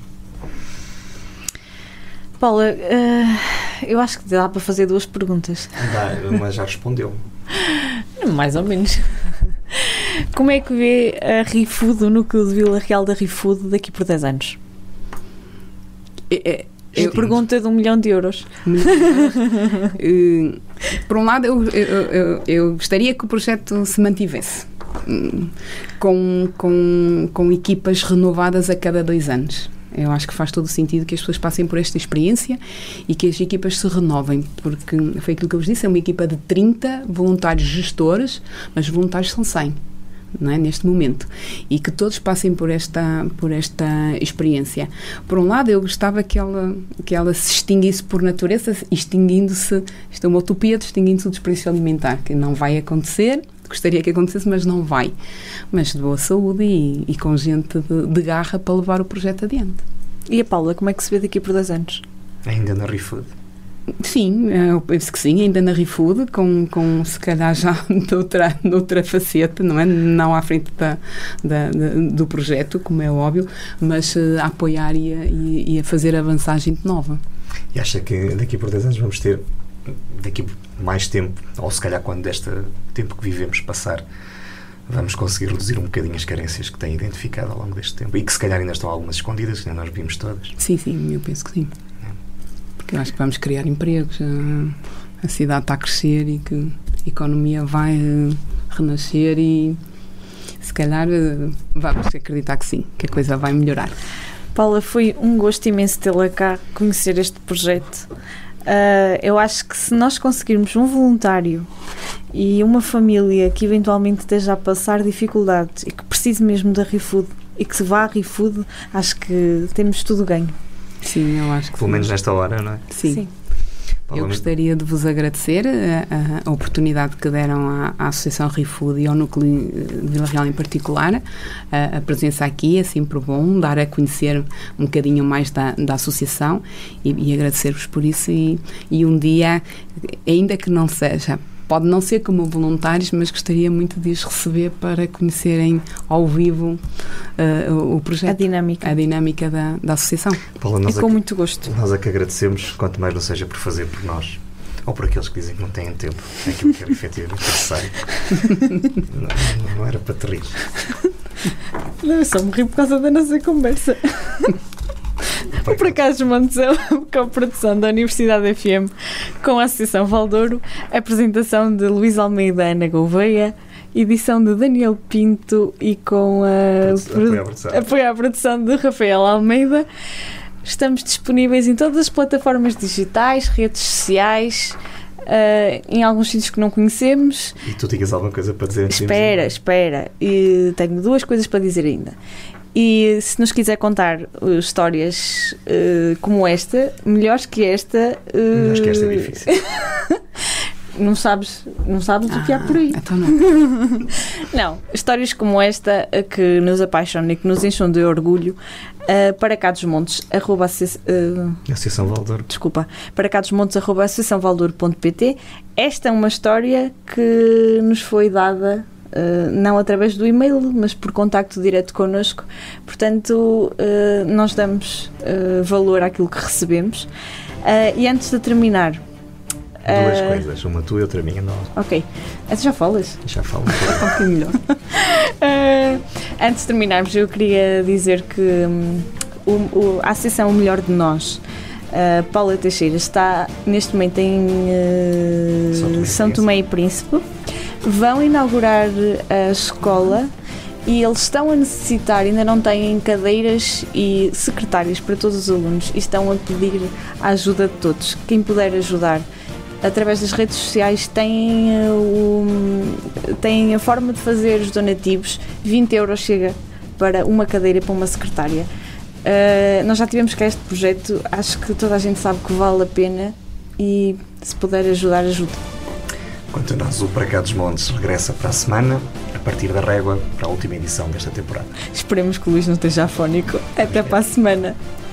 Paula, uh, eu acho que dá para fazer duas perguntas. Dá, mas já respondeu. Mais ou menos. Como é que vê a ReFood, o núcleo de Vila Real da ReFood, daqui por dez anos? É, é a pergunta de um milhão de euros. uh, por um lado, eu, eu, eu, eu gostaria que o projeto se mantivesse. Com, com, com equipas renovadas a cada dois anos. Eu acho que faz todo o sentido que as pessoas passem por esta experiência e que as equipas se renovem, porque foi aquilo que eu vos disse, é uma equipa de trinta voluntários gestores, mas voluntários são cem, não é, neste momento, e que todos passem por esta, por esta experiência. Por um lado, eu gostava que ela, que ela se extinguisse por natureza, extinguindo-se, isto é uma utopia, extinguindo-se o desperdício alimentar, que não vai acontecer. Gostaria que acontecesse, mas não vai. Mas de boa saúde e, e com gente de, de garra para levar o projeto adiante. E a Paula, como é que se vê daqui por dez anos? Ainda na ReFood? Sim, eu penso que sim, ainda na ReFood, com, com se calhar já noutra, noutra faceta, não é? Não à frente da, da, da, do projeto, como é óbvio, mas uh, a apoiar e a, e, e a fazer avançar gente nova. E acha que daqui por dez anos vamos ter, daqui mais tempo, ou se calhar quando deste tempo que vivemos passar, vamos conseguir reduzir um bocadinho as carências que têm identificado ao longo deste tempo e que se calhar ainda estão algumas escondidas, que ainda nós vimos todas? Sim, sim, eu penso que sim. É. Porque eu acho que vamos criar empregos, a, a cidade está a crescer e que a economia vai uh, renascer e se calhar uh, vamos acreditar que sim, que a coisa vai melhorar. Paula, foi um gosto imenso tê-la cá, conhecer este projeto. Uh, eu acho que se nós conseguirmos um voluntário e uma família que eventualmente esteja a passar dificuldades e que precise mesmo da ReFood e que se vá à ReFood, acho que temos tudo ganho. Sim, eu acho que pelo sim. menos nesta hora, não é? Sim. Sim. Eu gostaria de vos agradecer a, a, a oportunidade que deram à, à Associação ReFood e ao Núcleo de Vila Real em particular, a, a presença aqui, é sempre bom dar a conhecer um bocadinho mais da, da associação e, e agradecer-vos por isso e, e um dia, ainda que não seja, pode não ser como voluntários, mas gostaria muito de os receber para conhecerem ao vivo uh, o, o projeto. A dinâmica. A dinâmica da, da associação. Paula, nós e com é que, muito gosto. Nós é que agradecemos, quanto mais não seja por fazer por nós, ou por aqueles que dizem que não têm tempo, é aquilo que era efetivamente necessário. não, não era para te rir. Não, eu só morri por causa da nossa conversa. Por acaso Montes é com a produção da Universidade F M com a Associação Valdouro, apresentação de Luís Almeida Ana Gouveia, edição de Daniel Pinto e com a apoio à produção, apoio à produção de Rafael Almeida. Estamos disponíveis em todas as plataformas digitais, redes sociais, uh, em alguns sítios que não conhecemos. E tu tinhas alguma coisa para dizer? Espera, espera. E tenho duas coisas para dizer ainda. E se nos quiser contar uh, histórias uh, como esta, melhores que esta... Uh, melhores que esta é difícil. não sabes, não sabes Ah, o que há por aí. Então não. Não, histórias como esta uh, que nos apaixonam e que nos enchem de orgulho, uh, para cá dos montes, arroba, uh, Associação Valdouro. desculpa, para cá dos montes, arroba associação valdouro ponto pt. Esta é uma história que nos foi dada, uh, não através do e-mail, mas por contacto direto connosco. Portanto, uh, nós damos uh, valor àquilo que recebemos. Uh, e antes de terminar... Duas uh, coisas, uma tua e outra minha. Não, Ok. Essa já falas? já falo. Um pouquinho melhor. Uh, antes de terminarmos, eu queria dizer que um, o, o, a Associação O Melhor de Nós, uh, Paula Teixeira, está neste momento em uh, São Tomé e São Tomé e Príncipe. Vão inaugurar a escola e eles estão a necessitar, ainda não têm cadeiras e secretárias para todos os alunos e estão a pedir a ajuda de todos. Quem puder ajudar através das redes sociais tem, uh, o, tem a forma de fazer os donativos. Vinte euros chega para uma cadeira e para uma secretária. Uh, nós já tivemos cá este projeto, acho que toda a gente sabe que vale a pena e se puder ajudar, ajude. Quanto a nós, o Para Cá dos Montes regressa para a semana, a partir da régua, para a última edição desta temporada. Esperemos que o Luís não esteja afónico. Até para a semana.